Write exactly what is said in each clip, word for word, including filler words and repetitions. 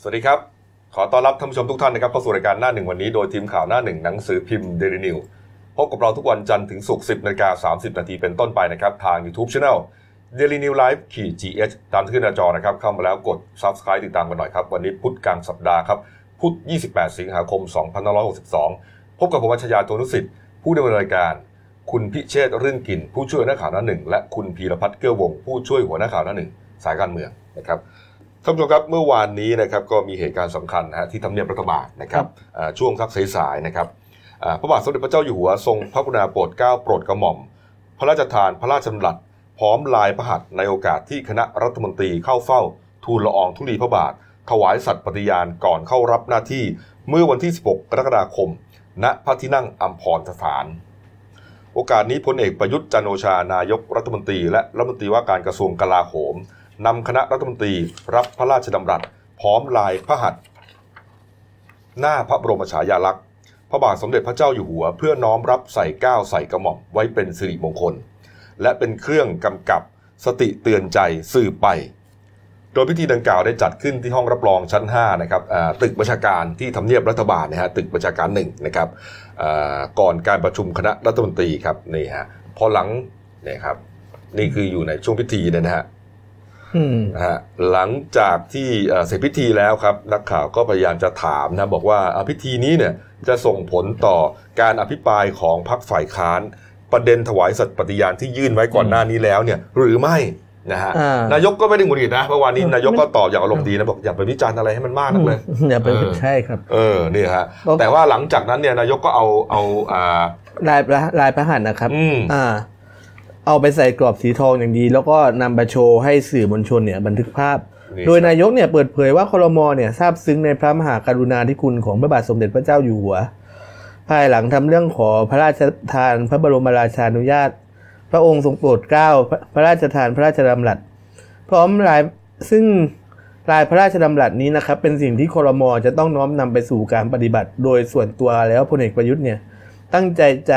สวัสดีครับขอต้อนรับท่านผู้ชมทุกท่านนะครับเข้าสู่รายการหน้าหนึ่งวันนี้โดยทีมข่าวหน้าหนึ่งหนังสือพิมพ์ Daily News พบกับเราทุกวันจันทร์ถึงศุกร์ สิบนาฬิกาสามสิบนาทีเป็นต้นไปนะครับทาง YouTube Channel Daily News Live ขีด จี เอช ตามที่ขึ้นหน้าจอนะครับเข้ามาแล้วกด Subscribe ติดตามกันหน่อยครับวันนี้พุธกลางสัปดาห์ครับพุธยี่สิบแปดสิงหาคมสองพันห้าร้อยหกสิบสองพบกับผมอัจฉริยะ โทนุสิทธิ์ผู้ดำเนินรายการคุณพิเชษฐ์รื่นกินผู้ช่วยหัวหน้าข่าวหน้าหนึ่งและคุณพีรพัฒน์เกื้อวงผู้ช่วยหัวหน้าข่าวหน้าหนึ่งสายการเมืองนะครับท่านผู้ชมครับเมื่อวานนี้นะครับก็มีเหตุการณ์สำคัญนะฮะที่ทำเนียบรัฐบาลนะครับช่วงสักสายๆนะครับพระบาทสมเด็จพระเจ้าอยู่หัวทรงพระกรุณาโปรดเกล้าโปรดกระหม่อมพระราชทานพระราชดำรัสพร้อมลายพระหัตถ์ในโอกาสที่คณะรัฐมนตรีเข้าเฝ้าทูลละอองธุลีพระบาทถวายสัตย์ปฏิญาณก่อนเข้ารับหน้าที่เมื่อวันที่สิบหกกรกฎาคมณพระที่นั่งอัมพรสถานโอกาสนี้พลเอกประยุทธ์จันทร์โอชานายกรัฐมนตรีและรัฐมนตรีว่าการกระทรวงกลาโหมนำคณะรัฐมนตรีรับพระราชดำรัสพร้อมลายพระหัตถ์หน้าพระบรมฉายาลักษณ์พระบาทสมเด็จพระเจ้าอยู่หัวเพื่อน้อมรับใส่เกล้าใส่กระหม่อมไว้เป็นสิริมงคลและเป็นเครื่องกำกับสติเตือนใจสืบไปโดยพิธีดังกล่าวได้จัดขึ้นที่ห้องรับรองชั้นห้านะครับตึกบัญชาการที่ทำเนียบรัฐบาลนะฮะตึกบัญชาการหนึ่งนะครับก่อนการประชุมคณะรัฐมนตรีครับนี่ฮะพอหลังเนี่ยครับนี่คืออยู่ในช่วงพิธีนะฮะนะฮะหลังจากที่เสร็จพิธีแล้วครับนักข่าวก็พยายามจะถามนะบอกว่าพิธีนี้เนี่ยจะส่งผลต่อการอภิปรายของพรรคฝ่ายค้านประเด็นถวายสัตย์ปฏิญาณที่ยื่นไว้ก่อนหน้านี้แล้วเนี่ยหรือไม่นะฮะนายกก็ไม่ได้หงุดหงิดนะเมื่อวานนี้นายกก็ตอบอย่างอารมณ์ดีนะบอกอย่าไปวิจารณ์อะไรให้มันมากนักเลยอย่าไปใช่ครับเออนี่ฮะแต่ว่าหลังจากนั้นเนี่ยนายกก็เอาเอาอ่าลายลายพระหัตถ์นะครับอ่าเอาไปใส่กรอบสีทองอย่างดีแล้วก็นำไปโชว์ให้สื่อมวลชนเนี่ยบันทึกภาพโดยนายกเนี่ยเปิดเผยว่าครม.เนี่ยซาบซึ้งในพระมหากรุณาธิคุณของพระบาทสมเด็จพระเจ้าอยู่หัวภายหลังทำเรื่องขอพระราชทานพระบรมราชานุญาตพระองค์ทรงโปรดเกล้าพระราชทานพระราชดำรัสพร้อมลายซึ่งลายพระราชดำรัสนี้นะครับเป็นสิ่งที่ครม.จะต้องน้อมนำไปสู่การปฏิบัติโดยส่วนตัวแล้วพลเอกประยุทธ์เนี่ยตั้งใจจะ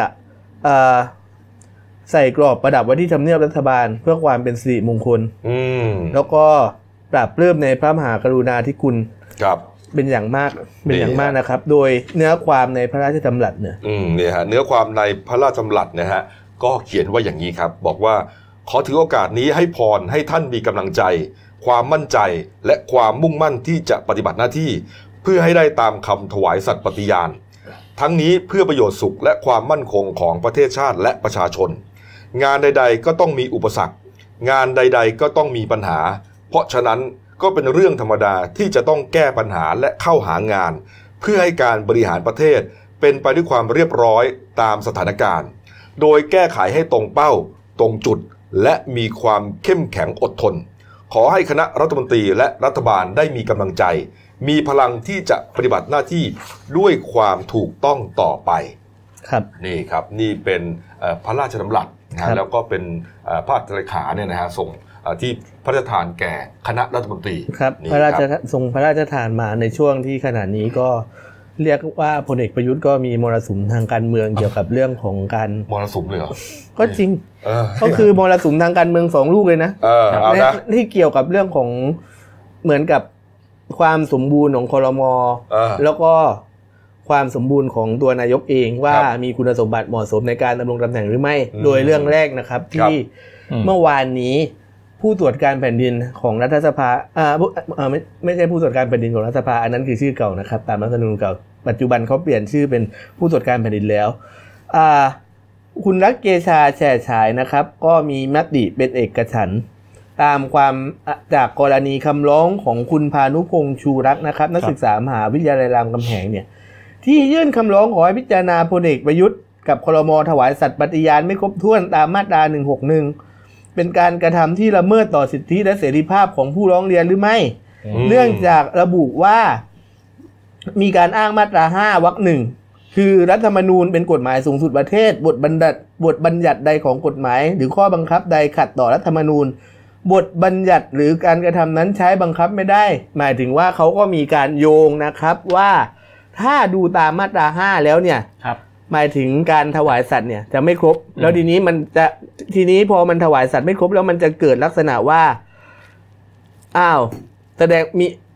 ใส่กรอบประดับไว้ที่ทำเนียบรัฐบาลเพื่อความเป็นสิริมงคลแล้วก็ปราบปลื้มในพระมหากรุณาธิคุณเป็นอย่างมากเป็นอย่างมากนะครับโดยเนื้อความในพระราชดำรัสเนี่ยอืมเนี่ยฮะเนื้อความในพระราชดำรัสนะฮะก็เขียนว่าอย่างนี้ครับบอกว่าขอถือโอกาสนี้ให้พรให้ท่านมีกำลังใจความมั่นใจและความมุ่งมั่นที่จะปฏิบัติหน้าที่เพื่อให้ได้ตามคำถวายสัตย์ปฏิญาณทั้งนี้เพื่อประโยชน์สุขและความมั่นคงของประเทศชาติและประชาชนงานใดๆก็ต้องมีอุปสรรคงานใดๆก็ต้องมีปัญหาเพราะฉะนั้นก็เป็นเรื่องธรรมดาที่จะต้องแก้ปัญหาและเข้าหางานเพื่อให้การบริหารประเทศเป็นไปด้วยความเรียบร้อยตามสถานการณ์โดยแก้ไขให้ตรงเป้าตรงจุดและมีความเข้มแข็งอดทนขอให้คณะรัฐมนตรีและรัฐบาลได้มีกำลังใจมีพลังที่จะปฏิบัติหน้าที่ด้วยความถูกต้องต่อไปครับนี่ครับนี่เป็นพระราชดำรัสนะแล้วก็เป็นพระอัฏฐเลขาเนี่ยนะฮะส่งที่พระราชทานแก่คณะรัฐมนตรีครับพระราชทรงพระราชทานมาในช่วงที่ขณะนี้ก็เรียกว่าพลเอกประยุทธ์ก็มีมรสุมทางการเมืองเกี่ยวกับเรื่องของการมรสุมเลยเหรอก็จริงก็คือมรสุมทางการเมืองสองลูกเลยนะที่เกี่ยวกับเรื่องของเหมือนกับความสมบูรณ์ของครม.แล้วก็ความสมบูรณ์ของตัวนายกเองว่ามีคุณสมบัติเหมาะสมในการดำรงตำแหน่งหรือไม่โดยเรื่องแรกนะครับที่เมื่อวานนี้ผู้ตรวจการแผ่นดินของรัฐสภาอ่าอ่าไม่ไม่ใช่ผู้ตรวจการแผ่นดินของรัฐสภาอันนั้นคือชื่อเก่านะครับตามรัฐธรรมนูญเก่าปัจจุบันเขาเปลี่ยนชื่อเป็นผู้ตรวจการแผ่นดินแล้วอ่าคุณรักเกชาแฉฉายนะครับก็มีมติเป็นเอกฉันท์ตามความจากกรณีคำร้องของคุณพานุพงษ์ชูรักษ์นะครับนักศึกษามหาวิทยาลัยรามคำแหงเนี่ยที่ยื่นคำร้องขอให้พิจารณาพลเอกประยุทธ์กับครม.ถวายสัตย์ปฏิญาณไม่ครบถ้วนตามมาตราหนึ่งหกหนึ่งเป็นการกระทำที่ละเมิดต่อสิทธิและเสรีภาพของผู้ร้องเรียนหรือไม่เนื่องจากระบุว่ามีการอ้างมาตราห้าวรรคหนึ่งคือรัฐธรรมนูญเป็นกฎหมายสูงสุดประเทศบทบัญญัติบทบัญญัติใดของกฎหมายหรือข้อบังคับใดขัดต่อรัฐธรรมนูญบทบัญญัติหรือการกระทำนั้นใช้บังคับไม่ได้หมายถึงว่าเขาก็มีการโยงนะครับว่าถ้าดูตามมาตราห้าแล้วเนี่ยหมายถึงการถวายสัตว์เนี่ยจะไม่ครบแล้วทีนี้มันจะทีนี้พอมันถวายสัตว์ไม่ครบแล้วมันจะเกิดลักษณะว่าอ้าวแสดงมี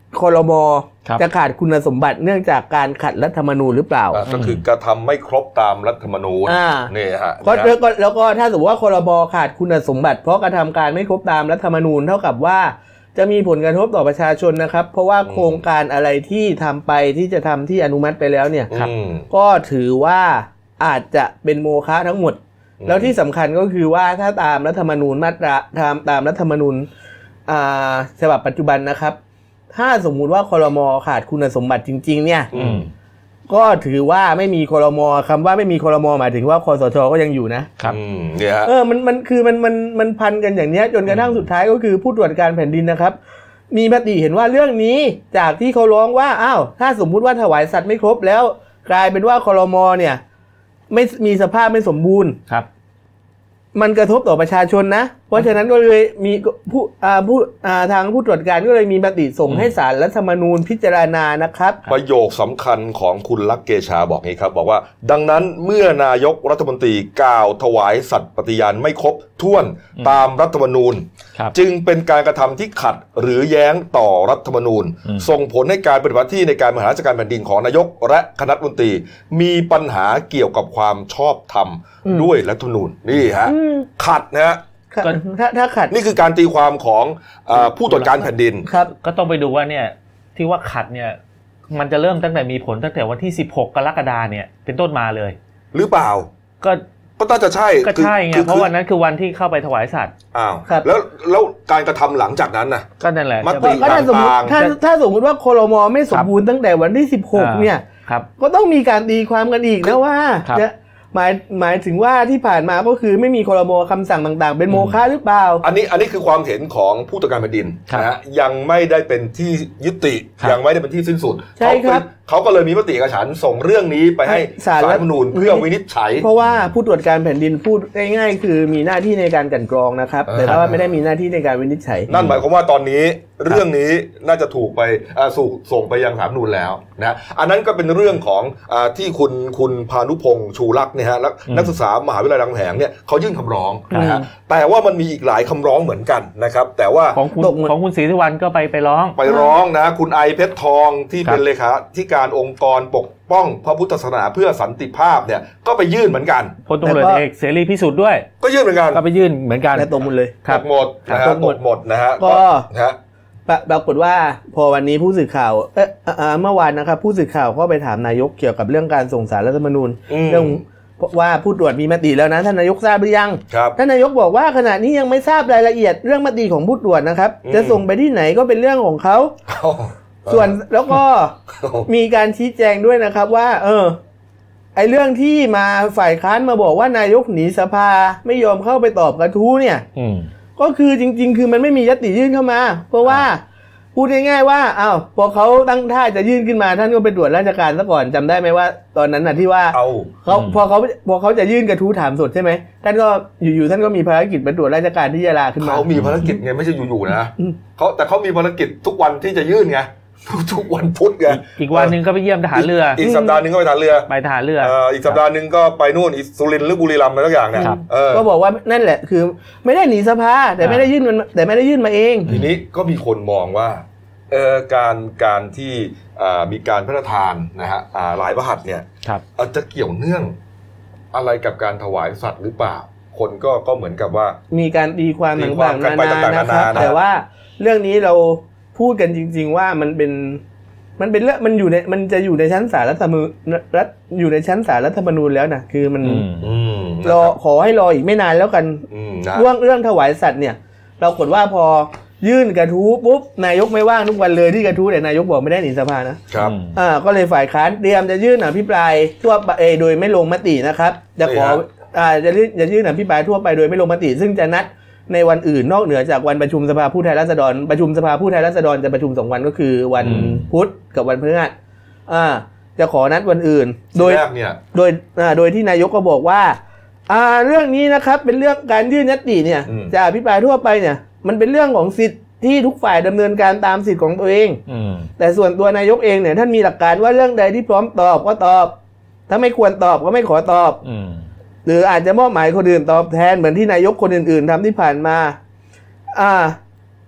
ครม.จะขาดคุณสมบัติเนื่องจากการขัดรัฐธรรมนูญหรือเปล่าก็คือกระทำไม่ครบตามรัฐธรรมนูญนี่ฮะก็แล้วก็แล้วก็ถ้าสมมติว่าครม.ขาดคุณสมบัติเพราะกระทำการไม่ครบตามรัฐธรรมนูญเท่ากับว่าจะมีผลกระทบต่อประชาชนนะครับเพราะว่าโครงการอะไรที่ทำไปที่จะทำที่อนุมัติไปแล้วเนี่ยก็ถือว่าอาจจะเป็นโมฆะทั้งหมดแล้วที่สำคัญก็คือว่าถ้าตามรัฐธรรมนูญมาตราตามตามรัฐธรรมนูญฉบับปัจจุบันนะครับถ้าสมมุติว่าครม.ขาดคุณสมบัติจริงๆเนี่ยก็ถือว่าไม่มีครม.คำว่าไม่มีครม.หมายถึงว่าคสช.ก็ยังอยู่นะครับเนี่ยเออมันมันคือมันมันมันพันกันอย่างเนี้ยจนกระทั่งสุดท้ายก็คือผู้ตรวจการแผ่นดินนะครับมีมติเห็นว่าเรื่องนี้จากที่เขาร้องว่าอ้าวถ้าสมมุติว่าถวายสัตว์ไม่ครบแล้วกลายเป็นว่าครม.เนี่ยไม่มีสภาพไม่สมบูรณ์ครับมันกระทบต่อประชาชนนะเพราะฉะนั้นก็เลยมีผู้อ่าผู้อ่าทางผู้ตรวจการก็เลยมีมติส่งให้ศาลรัฐธรรมนูญพิจารณานะครับประโยคสำคัญของคุณลักษณ์เกชาบอกงี้ครับบอกว่าดังนั้นเมื่อนายกรัฐมนตรีกล่าวถวายสัตย์ปฏิญาณไม่ครบถ้วนตามรัฐธรรมนูญจึงเป็นการกระทำที่ขัดหรือแย้งต่อรัฐธรรมนูญส่งผลให้การปฏิบัติหน้าที่ในการบริหารราชการแผ่นดินของนายกและคณะรัฐมนตรีมีปัญหาเกี่ยวกับความชอบธรรมด้วยรัฐธรรมนูญนี่ฮะขัดนะฮะถ้าถ้าขัดนี่คือการตีความของผู้ตรวจการแผ่นดินครับก็ต้องไปดูว่าเนี่ยที่ว่าขัดเนี่ยมันจะเริ่มตั้งแต่มีผลตั้งแต่วันที่สิบหกกรกฎาคมเนี่ยเป็นต้นมาเลยหรือเปล่าก็ก็น่าจะใช่ก็ใช่ไงเพราะวันนั้นคือวันที่เข้าไปถวายสัตว์อ้าวแล้วแล้วการกระทำหลังจากนั้นน่ะก็นั่นแหละมติต่างๆถ้าถ้าสมมติว่าครม.ไม่สมบูรณ์ตั้งแต่วันที่สิบหกเนี่ยก็ต้องมีการตีความกันอีกนะว่าหมายหมายถึงว่าที่ผ่านมาก็คือไม่มีครม.คำสั่งต่างๆเป็นโมฆะหรือเปล่าอันนี้อันนี้คือความเห็นของผู้ตรวจการแผ่นดินนะฮะยังไม่ได้เป็นที่ยุติยังไม่ได้เป็นที่สิ้นสุดใช่ครับเขาก็เลยมีมติเอกฉันท์ส่งเรื่องนี้ไปให้ศาลรัฐธรรมนูญเพื่อวินิจฉัยเพราะว่าผู้ตรวจการแผ่นดินพูดง่ายๆคือมีหน้าที่ในการกลั่นกรองนะครับแต่ว่าไม่ได้มีหน้าที่ในการวินิจฉัยนั่นหมายความว่าตอนนี้เรื่องนี้น่าจะถูกไปสู่ส่งไปยังศาลรัฐธรรมนูญแล้วนะอันนั้นก็เป็นเรื่องของที่คุณคุณพานุพงษ์ชูรักษ์เนี่ยฮะนักศึกษามหาวิทยาลัยรามคำแหงเนี่ยเขายื่นคำร้องนะฮะแต่ว่ามันมีอีกหลายคำร้องเหมือนกันนะครับแต่ว่าของคุณของคุณศรีสุวรรณก็ไปไปร้องไปร้องนะคุณไอเพชรทองที่เป็นเลขาธิการองค์กรปกป้องพระพุทธศาสนาเพื่อสันติภาพเนี่ยก็ไปยื่นเหมือนกันพลตำรวจเอกเสรีพิสุทธิ์ด้วยก็ยื่นเหมือนกันก็ไปยื่นเหมือนกันและตรงหมดเลยตกหมดนะฮะตกหมดนะฮะก็ปรากฏว่าพอวันนี้ผู้สื่อข่าวเอ๊ะเมื่อวานนะครับผู้สื่อข่าวก็ไปถามนายกเกี่ยวกับเรื่องการส่งสารรัฐธรรมนูญเรื่องว่าผู้ตรวจมีมติแล้วนะท่านนายกทราบหรือยังท่านนายกบอกว่าขณะนี้ยังไม่ทราบรายละเอียดเรื่องมติของผู้ตรวจนะครับจะส่งไปที่ไหนก็เป็นเรื่องของเขาส่วนแล้วก็มีการชี้แจงด้วยนะครับว่าเออไอเรื่องที่มาฝ่ายค้านมาบอกว่านายกหนีสภาไม่ยอมเข้าไปตอบกระทู้เนี่ยก็คือจริงๆคือมันไม่มีญัตติยื่นเข้ามาเพราะว่าพูดง่ายๆว่าอ้าวพอเขาตั้งท่าจะยื่นขึ้นมาท่านก็ไปตรวจราชการซะก่อนจำได้ไหมว่าตอนนั้นน่ะที่ว่าเขาพอเขาพอเขาจะยื่นกระทู้ถามสดใช่ไหมท่านก็อยู่ๆท่านก็มีภารกิจไปตรวจราชการที่ยะลาขึ้นมาเขามีภารกิจไงไม่ใช่อยู่ๆนะเขาแต่เขามีภารกิจทุกวันที่จะยื่นไงทุกวันพุธไงอีกวันนึงก็ไปเยี่ยมทหารเรืออีกสัปดาห์นึงก็ไปทหารเรือไปทหารเรืออีกสัปดาห์นึงก็ไปนู่นอีสุรินทร์หรือบุรีรัมย์อะไรสักอย่างเนี่ยก็บอกว่านั่นแหละคือไม่ได้หนีสภาแต่ไม่ได้ยื่นมันแต่ไม่ได้ยื่นมาเองทีนี้ก็มีคนมองว่าเอ่อการการที่มีการพระราชทานนะฮะหลายพระหัตถ์เนี่ยอาจจะเกี่ยวเนื่องอะไรกับการถวายสัตว์หรือเปล่าคนก็ก็เหมือนกับว่ามีการตีความต่างๆนานานะครับแต่ว่าเรื่องนี้เราพูดกันจริงๆว่ามันเป็นมันเป็นเรื่องมันอยู่ในมันจะอยู่ในชั้นศาลรัฐธรรมนูญรัฐอยู่ในชั้นศาลรัฐธรรมนูญแล้วนะคือมันรอขอให้รออีกไม่นานแล้วกันเรื่องเรื่องถวายสัตว์เนี่ยเรากดว่าพอยื่นกระทู้ปุ๊บนายกไม่ว่างทุกวันเลยที่กระทู้แต่นายกบอกไม่ได้หนีสภานะครับอ่าก็เลยฝ่ายค้านเตรียมจะยื่นอภิปรายทั่วไปโดยไม่ลงมตินะครับจะขออ่าจะจะยื่นอภิปรายทั่วไปโดยไม่ลงมติซึ่งจะนัดในวันอื่นนอกเหนือจากวันประชุมสภาผู้แทนราษฎรประชุมสภาผู้แทนราษฎรจะประชุมสองวันก็คือวันพุธกับวันพฤหัสอ่าจะขอนัดวันอื่นโดยโดยอ่าโดยที่นายกก็บอกว่าอ่าเรื่องนี้นะครับเป็นเรื่องการยื่นญัตติเนี่ยจะอภิปรายทั่วไปเนี่ยมันเป็นเรื่องของสิทธิ์ที่ทุกฝ่ายดำเนินการตามสิทธิ์ของตัวเองแต่ส่วนตัวนายกเองเนี่ยท่านมีหลักการว่าเรื่องใดที่พร้อมตอบก็ตอบถ้าไม่ควรตอบก็ไม่ขอตอบหรืออาจจะมอบหมายคนอื่นตอบแทนเหมือนที่นายกคนอื่นๆทำที่ผ่านมาอ่า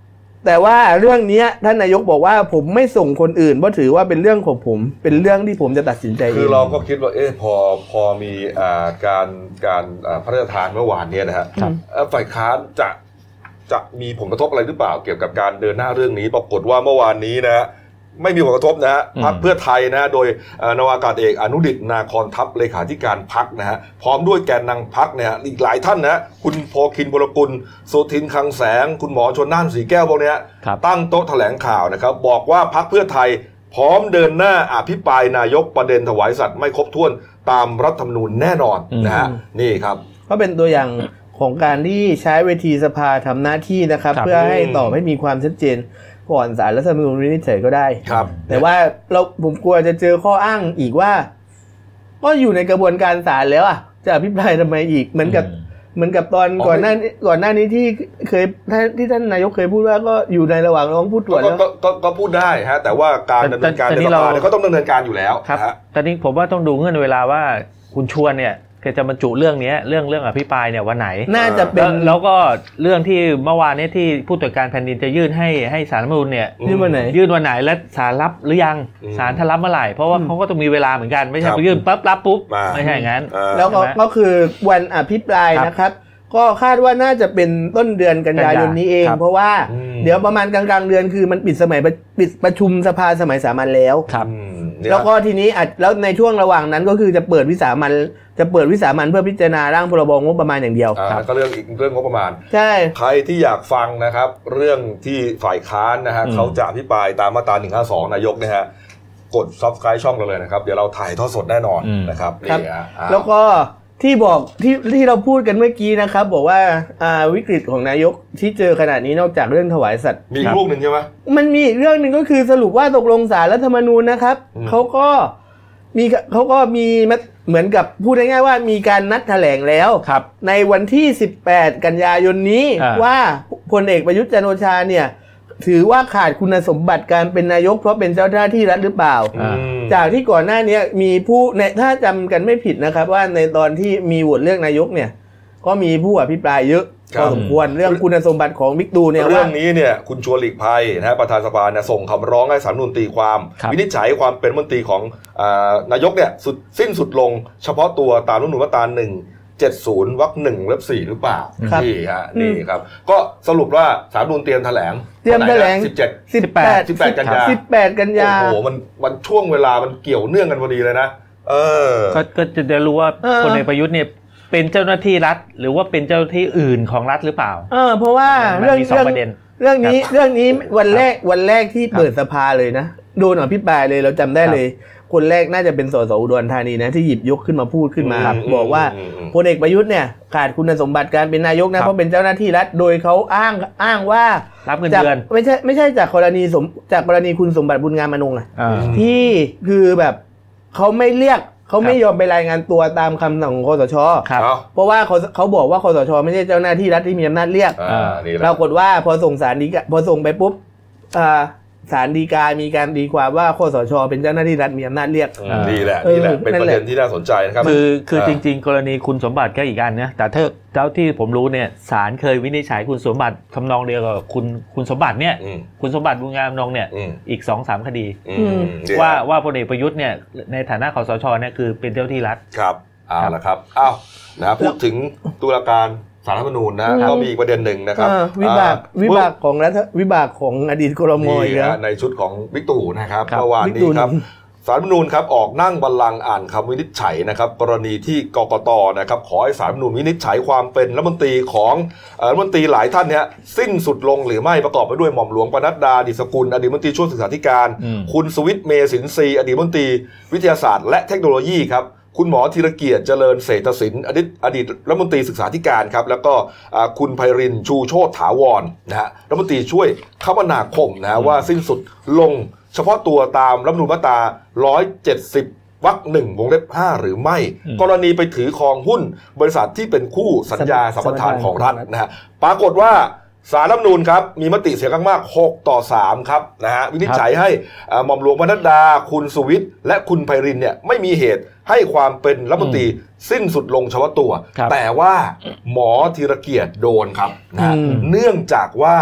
แต่ว่าเรื่องนี้ท่านนายกบอกว่าผมไม่ส่งคนอื่นเพราะถือว่าเป็นเรื่องของผมเป็นเรื่องที่ผมจะตัดสินใจเองคือเราก็คิดว่าเอ๊ะพอพอมีอ่าการการอ่าพระราชทานเมื่อวานนี้นะฮะฝ่ายค้านจะจะมีผลกระทบอะไรหรือเปล่าเกี่ยวกับการเดินหน้าเรื่องนี้ปรากฏว่าเมื่อวานนี้นะฮะไม่มีผลกระทบนะฮะพรรคเพื่อไทยนะโดยนาวากาศเอกอนุดิษฐ์นาคอนทัพเลขาธิการพรรคนะฮะพร้อมด้วยแกนนำพรรคเนี่ยอีกหลายท่านนะคุณโพคินพลกุลสุทินคลังแสงคุณหมอชลน่านสีแก้วพวกนี้ตั้งโต๊ะแถลงข่าวนะครับบอกว่าพรรคเพื่อไทยพร้อมเดินหน้าอภิปรายนายกประเด็นถวายสัตว์ไม่ครบถ้วนตามรัฐธรรมนูญแน่นอนนะฮะนี่ครับก็เป็นตัวอย่างของการที่ใช้เวทีสภาทำหน้าที่นะครับเพื่อให้ตอบให้มีความชัดเจนก่อนศาลรัฐธรรมนูญวินิจฉัยก็ได้ครับแต่ว่าเราผมกลัวจะเจอข้ออ้างอีกว่าก็อยู่ในกระบวนการศาลแล้วอ่ะจะอภิปรายทำไมอีกเหมือนกับเหมือนกับตอนก่อนหน้าก่อนหน้านี้ที่เคยที่ท่านนายกเคยพูดว่าก็อยู่ในระหว่างร้องผู้ตรวจแล้วก็ก็พูดได้ฮะแต่ว่าการดำเนินการในสภาเนี่ยก็ต้องดำเนินการอยู่แล้วครับแต่นี้ผมว่าต้องดูเงื่อนเวลาว่าคุณชวนเนี่ยแกจะบรรจุเรื่องนี้เรื่องเรื่องอภิปรายเนี่ยวันไหนน่าจะเป็นแล้วก็เรื่องที่เมื่อวานนี้ที่ผู้ตรวจการแผ่นดินจะยื่นให้ให้ศาลรัฐธรรมนูญเนี่ยยื่นวันไหนยื่นวันไหนและศาลรับหรือยังศาลถ้ารับเมื่อไหร่เพราะว่าเขาก็ต้องมีเวลาเหมือนกันไม่ใช่ไปยื่นปั๊บรับปุ๊บไม่ใช่อย่างนั้นแล้วก็ก็คือวันอภิปรายนะครับก็คาดว่าน่าจะเป็นต้นเดือนกันยายนนี้เองเพราะว่าเดี๋ยวประมาณกลางๆเดือนคือมันปิดสมัยปิดประชุมสภาสมัยสามัญแล้วแล้วก็ทีนี้อาจแล้วในช่วงระหว่างนั้นก็คือจะเปิดวิสามัญจะเปิดวิสามัญเพื่อพิจารณาร่างพรบงบประมาณอย่างเดียวก็เรื่องอีกเรื่องงบประมาณใช่ใครที่อยากฟังนะครับเรื่องที่ฝ่ายค้านนะฮะเขาจะอภิปรายตามมาตราหนึ่งห้าสองนายกนะฮะกด Subscribe ช่องเราเลยนะครับเดี๋ยวเราถ่ายทอดสดแน่นอนนะครับนี่ฮะแล้วก็ที่บอกที่ที่เราพูดกันเมื่อกี้นะครับบอกว่าอ่าวิกฤตของนายกที่เจอขนาดนี้นอกจากเรื่องถวายสัตว์มีอีกลูกหนึ่งใช่ไหมมันมีอีกเรื่องหนึ่งก็คือสรุปว่าตกลงศาลรัฐธรรมนูญนะครับเขาก็มีเขาก็มีเหมือนกับพูดง่ายๆว่ามีการนัดแถลงแล้วในวันที่สิบแปดกันยายนนี้ว่าพลเอกประยุทธ์จันทร์โอชาเนี่ยถือว่าขาดคุณสมบัติการเป็นนายกเพราะเป็นเจ้าหน้าที่รัฐหรือเปล่าจากที่ก่อนหน้านี้มีผู้ในถ้าจำกันไม่ผิดนะครับว่าในตอนที่มีโหวตเลือกนายกเนี่ยก็มีผู้อภิปรายเยอะพอสมควรเรื่องคุณสมบัติของบิ๊กตู่เนี่ยเรื่องนี้เนี่ยคุณชวนหลีกภัยนะประธานสภาเนี่ยส่งคำร้องให้ศาลรัฐธรรมนูญตีความวินิจฉัยความเป็นรัฐมนตรีของนายกเนี่ยสุดสิ้นสุดลงเฉพาะตัวตามรัฐธรรมนูญมาตราหนึ่งเจ็ดศูนย์วรรคหนึ่งวรรคสี่หรือเปล่านี่ฮะนี่ครับก็สรุปว่าศาลรัฐธรรมนูญเตรียมแถลงเตรียมแถลงสิบเจ็ดสิบแปดสิบแปดกันยาสิบแปดกันยาโอ้โหมันมันช่วงเวลามันเกี่ยวเนื่องกันพอดีเลยนะเออก็จะได้รู้ว่าพลเอกประยุทธ์เนี่ยเป็นเจ้าหน้าที่รัฐหรือว่าเป็นเจ้าหน้าที่อื่นของรัฐหรือเปล่าเออเพราะว่าเรื่องเรื่องเรื่องนี้เรื่องนี้วันแรกวันแรกที่เปิดสภาเลยนะโดนอภิปรายเลยเราจำได้เลยคนแรกน่าจะเป็นสสอุดรธานีนะที่หยิบยกขึ้นมาพูดขึ้นมาบอกว่าพลเอกประยุทธ์เนี่ยขาดคุณสมบัติการเป็นนายกนะเพราะเป็นเจ้าหน้าที่รัฐโดยเขาอ้างอ้างว่ารับเงินเดือนไม่ใช่ไม่ใช่จากกรณีสมจากกรณีคุณสมบัติบุญงามอนงค์อ่ะที่คือแบบเขาไม่เรียกเขาไม่ยอมไปรายงานตัวตามคำสั่งของคสช.เพราะว่าเขาเขาบอกว่าคสช.ไม่ใช่เจ้าหน้าที่รัฐที่มีอำนาจเรียกปรากฏว่าพอส่งสารดีกาพอส่งไปปุ๊บศาลฎีกามีการตีความว่าคสช.เป็นเจ้าหน้าที่รัฐมีอำนาจเรียกนี่แหละนี่แหละเป็นประเด็นที่น่าสนใจนะครับคือคือจริงๆกรณีคุณสมบัติก็อีกอันนะแต่เท่าเท่าที่ผมรู้เนี่ยศาลเคยวินิจฉัยคุณสมบัติทำนองเดียวกับคุณคุณสมบัติเนี่ยคุณสมบัติบุญงามอนงค์เนี่ยอีก สองสาม คดีว่าว่าพลเอกประยุทธ์เนี่ยในฐานะคสช.เนี่ยคือเป็นเจ้าที่รัฐครับเอาละครับอ้าวนะพูดถึงตุลาการศาลรัฐธรรมนูญนะก็มีอีกประเด็นหนึ่งนะครับวิบากวิบากของรัฐวิบากของอดีตครม.อีกแล้วในชุดของบิ๊กตู่นะครับเมื่อวานนี้ครับศาลรัฐธรรมนูญครับออกนั่งบัลลังก์อ่านคำวินิจฉัยนะครับกรณีที่กกต.นะครับขอให้ศาลรัฐธรรมนูญวินิจฉัยความเป็นรัฐมนตรีของรัฐมนตรีหลายท่านเนี่ยสิ้นสุดลงหรือไม่ประกอบไปด้วยหม่อมหลวงปนัดดาดิษฐกุลอดีตรัฐมนตรีช่วยศึกษาธิการคุณสวิทย์เมษินทรีย์อดีตรัฐมนตรีวิทยาศาสตร์และเทคโนโลยีครับคุณหมอธีรเกียรติเจริญเศรษฐศิลป์อดีตอดีตรัฐมนตรีศึกษาธิการครับแล้วก็คุณไพรินทร์ชูโชติถาวรนะฮะรัฐมนตรีช่วยคมนาคมนะว่าสิ้นสุดลงเฉพาะตัวตามรัฐธรรมนูญมาตราหนึ่งร้อยเจ็ดสิบวรรคหนึ่งวงเล็บห้าหรือไม่กรณีไปถือครองหุ้นบริษัทที่เป็นคู่สัญญาสัมปทานของรัฐนะฮะปรากฏว่าศาลรัฐธรรมนูญครับมีมติเสียงข้างมากหกต่อสามครับนะฮะวินิจฉัยให้หม่อมหลวงปนัดดาคุณสุวิทย์และคุณไพรินทร์เนี่ยไม่มีเหตุให้ความเป็นรัฐมนตรีสิ้นสุดลงเฉพาะตัวแต่ว่าหมอธีรเกียรติโดนครับนะเนื่องจากว่า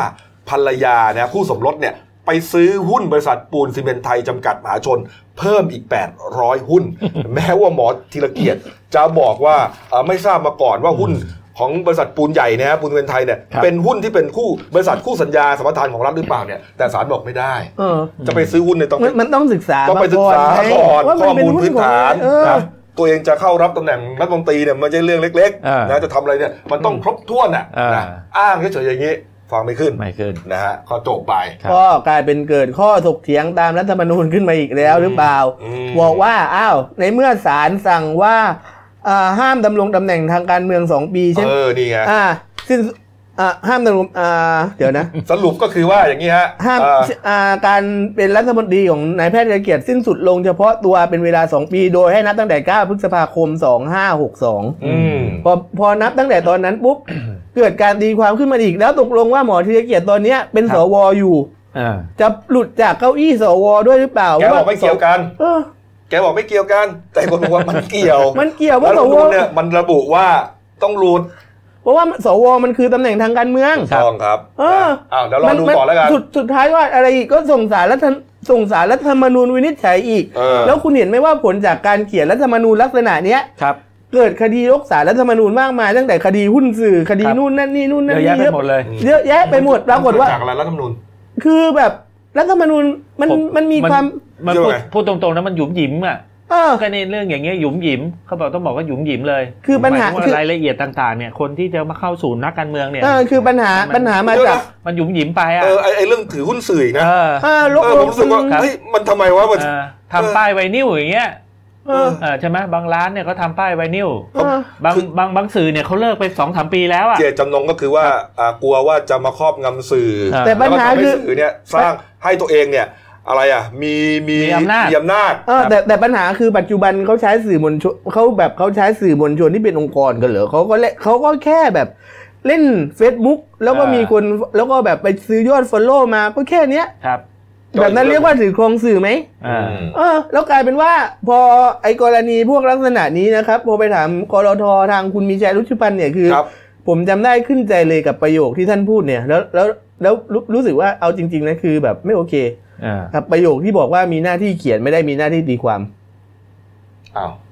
ภรรยานะคู่สมรสเนี่ยไปซื้อหุ้นบริษัทปูนซีเมนต์ไทยจำกัดมหาชนเพิ่มอีกแปดร้อยหุ้น แม้ว่าหมอธีรเกียรติจะบอกว่าไม่ทราบมาก่อนว่าหุ้นของบริษัทปูนใหญ่นะปูนซีเมนต์ไทยเนี่ยเป็นหุ้นที่เป็นคู่บริษัทคู่สัญญาสัมปทานของรัฐหรือเปล่าเนี่ยแต่ศาลบอกไม่ได้จะไปซื้อหุ้นในต้องมันต้องศึกษาต้องไปศึกษาก่อนข้อมูลพื้นฐานตัวเองจะเข้ารับตำแหน่งรัฐมนตรีเนี่ยไม่ใช่เรื่องเล็กๆนะจะทำอะไรเนี่ยมันต้องครบถ้วนอ่ะนะอ้างเฉยๆอย่างนี้ฟังไม่ขึ้นไม่ขึ้นนะฮะก็จบไปก็กลายเป็นเกิดข้อถกเถียงตามรัฐธรรมนูญขึ้นมาอีกแล้วหรือเปล่าบอกว่าอ้าวในเมื่อศาลสั่งว่าห้ามดำรงตำแหน่งทางการเมืองสองปีใช่ไหมเออนี่ไงอ่าซึ่งห้ามดำรงอ่าเดี๋ยวนะสรุปก็คือว่าอย่างนี้ฮะห้ามอ่าการเป็นรัฐมนตรีของนายแพทย์ธีรเกียรติสิ้นสุดลงเฉพาะตัวเป็นเวลาสองปีโดยให้นับตั้งแต่เก้าพฤษภาคมสองพันห้าร้อยหกสิบสองอืมพอพอนับตั้งแต่ตอนนั้นปุ๊บ เกิดการตีความขึ้นมาอีกแล้วตกลงว่าหมอธีรเกียรติตอนนี้เป็นสวอยู่จะหลุดจากเก้าอี้สวด้วยหรือเปล่าแกบอกไม่เกี่ยวกันแกบอกไม่เกี่ยวกันแต่คนบอกว่ามันเกี่ยวมันเกี่ยวว่าสวเนี่ยมันระบุว่าต้องหลุดเพราะว่าสวมันคือตำแหน่งทางการเมืองต้องครับเอออ้าวเดี๋ยวรอดูต่อแล้วกันสุดสุดท้ายว่าอะไรอีกก็ส่งสารรัฐส่งสารรัฐธรรมนูญวินิจฉัยอีกแล้วคุณเห็นไหมว่าผลจากการเขียนรัฐธรรมนูญลักษณะเนี้ยเกิดคดียกศาลรัฐธรรมนูญมากมายตั้งแต่คดีหุ้นสื่อคดีนู่นนั่นนี่นู่นนั่นนี่เยอะไปหมดเลยเยอะแยะไปหมดปรากฏว่าจากอะไรรัฐธรรมนูญคือแบบรัฐธรรมนูญมันมันมีความมันพูดตรงๆนะมันหยุมหยิมอ่ะก็ในเรื่องอย่างเงี้ยหยุมหยิมเขาบอกต้องบอกว่าหยุมหยิมเลยคือปัญหาคือรายละเอียดต่างๆเนี่ยคนที่จะมาเข้าสู่นักการเมืองเนี่ยคือปัญหาปัญหามาจากมันหยุมหยิมไปอ่ะเออไอเรื่องถือหุ้นสื่อนะเออผมรู้สึกว่าเฮ้ยมันทำไมวะมันทำป้ายไวนิลอย่างเงี้ยใช่ไหมบางร้านเนี่ยเขาทำป้ายไวนิลบางบางบางสื่อเนี่ยเขาเลิกไปสองสามปีแล้วอ่ะเจตจำนงก็คือว่ากลัวว่าจะมาครอบงำสื่อแต่ปัญหาคือสื่อเนี่ยสร้างให้ตัวเองเนี่ยอะไรอ่ะมีมีมีอำนาจมีอำนาจเออแต่แต่ปัญหาคือปัจจุบันเขาใช้สื่อมวลชนเขาแบบเขาใช้สื่อมวลชนที่เป็นองค์กรกันเหรอเขาก็เล่นเขาก็แค่แบบเล่น Facebook แล้วก็มีคนแล้วก็แบบไปซื้อยอด follow มาก็แค่เนี้ยครับแบบนั้นเรียกว่าถือครองสื่อไหมอ่าเออแล้วกลายเป็นว่าพอไอ้กรณีพวกลักษณะนี้นะครับพอไปถามกรททางคุณมีชัยรุชุพันธ์เนี่ยคือผมจำได้ขึ้นใจเลยกับประโยคที่ท่านพูดเนี่ยแล้วแล้วแล้วรู้สึกว่าเอาจริงๆนะคือแบบไม่โอเคครับประโยคที่บอกว่ามีหน้าที่เขียนไม่ได้มีหน้าที่ตีความอ้าว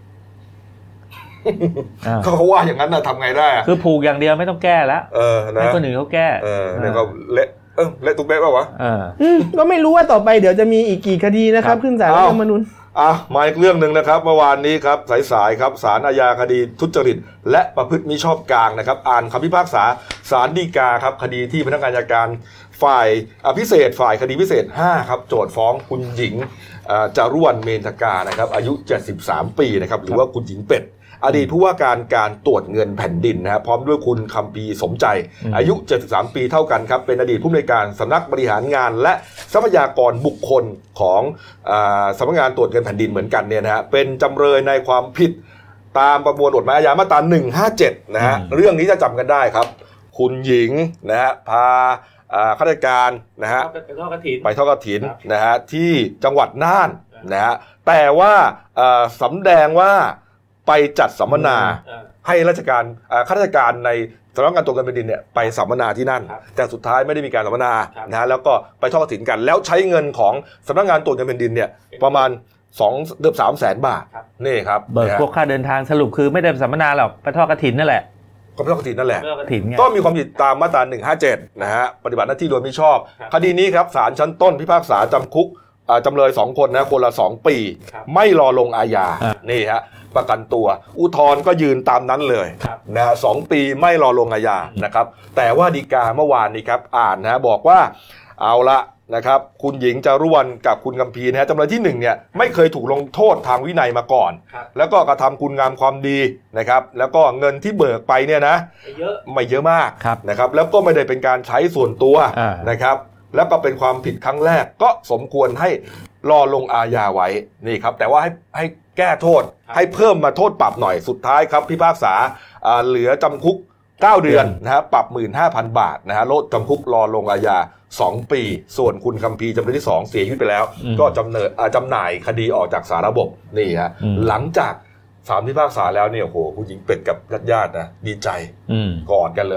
เขาว่าอย่างนั้นนะทำไงได้คือผูกอย่างเดียวไม่ต้องแก้แล้วเออนะให้คนอื่นเขาแก้เออเนี่ยก็เละเออเละตุ๊กเป๊ะป่าววะเออก็ไม่รู้ว่าต่อไปเดี๋ยวจะมีอีกกี่คดีนะครับขึ้นศาลรัฐธรรมนูญอ่ะมาอีกเรื่องนึงนะครับเมื่อวานนี้ครับสายๆครับศาลอาญาคดีทุจริตและประพฤติมิชอบกลางนะครับอ่านคำพิพากษาศาลฎีกาครับคดีที่พนักงานอัยการฝ่ายพิเศษฝ่ายคดีพิเศษห้าครับโจทก์ฟ้องคุณหญิงจารุวรรณเมธกานะครับอายุเจ็ดสิบสามปีนะครับหรือว่าคุณหญิงเป็ดอดีตผู้ว่าการการตรวจเงินแผ่นดินนะครับพร้อมด้วยคุณคัมภีร์สมใจอายุเจ็ดสิบสามปีเท่ากันครับเป็นอดีตผู้อำนวยการสำนักบริหารงานและทรัพยากรบุคคลของสำนักงานตรวจเงินแผ่นดินเหมือนกันเนี่ยนะฮะเป็นจำเลยในความผิดตามประมวลกฎหมายอาญามาตราหนึ่งห้าเจ็ดนะฮะเรื่องนี้จะจำกันได้ครับคุณหญิงนะฮะพาข้าราชการนะฮะไปทอดกฐินไปทอดกฐินนะฮะที่จังหวัดน่านนะฮะแต่ว่าสำแดงว่าไปจัดสัมมนาให้ราชการข้าราชการในสำนักงานตรวจเงินแผ่นดินเนี่ยไปสัมมนาที่นั่นแต่สุดท้ายไม่ได้มีการสัมมนานะฮะแล้วก็ไปทอดกฐินกันแล้วใช้เงินของสำนักงานตรวจเงินแผ่นดินเนี่ยประมาณสองเกือบสามแสนบาทนี่ครับเบิกพวกค่าเดินทางสรุปคือไม่ได้สัมมนาหรอกไปทอดกฐินนั่นแหละก็ไปทอดกฐินนั่นแหละก็มีความผิดตามมาตราหนึ่งห้าเจ็ดนะฮะปฏิบัติหน้าที่โดยมิชอบคดีนี้ครับศาลชั้นต้นพิพากษาจำคุกจำเลยสองคนนะคนละสองปีไม่รอลงอาญานี่ฮะประกันตัวอุทธรณ์ก็ยืนตามนั้นเลยนะฮะสองปีไม่รอลงอาญานะครับแต่ว่าฎีกาเมื่อวานนี้ครับอ่านนะบอกว่าเอาละนะครับคุณหญิงจารุวรรณกับคุณคัมภีร์นะฮะจำเลยที่หนึ่งเนี่ยไม่เคยถูกลงโทษทางวินัยมาก่อนแล้วก็กระทำคุณงามความดีนะครับแล้วก็เงินที่เบิกไปเนี่ยนะไม่เยอะมากนะครับแล้วก็ไม่ได้เป็นการใช้ส่วนตัวนะครับแล้วก็เป็นความผิดครั้งแรกก็สมควรให้รอลงอาญาไว้นี่ครับแต่ว่าให้ให้แก้โทษให้เพิ่มมาโทษปรับหน่อยสุดท้ายครับพิพากษาเหลือจำคุกเก้าเดือนนะฮะปรับ หนึ่งหมื่นห้าพัน บาทนะฮะลดจำคุกรอลงอาญาสองปีส่วนคุณคัมภีร์จำเลยที่สองเสียชีวิตไปแล้วก็จำเนินจำหน่ายคดีออกจากสาระบบนี่ฮะหลังจากศาลพิพากษาแล้วเนี่ยโอ้โหคุณหญิงเป็ดกับญาติๆนะดีใจกอดกันเลย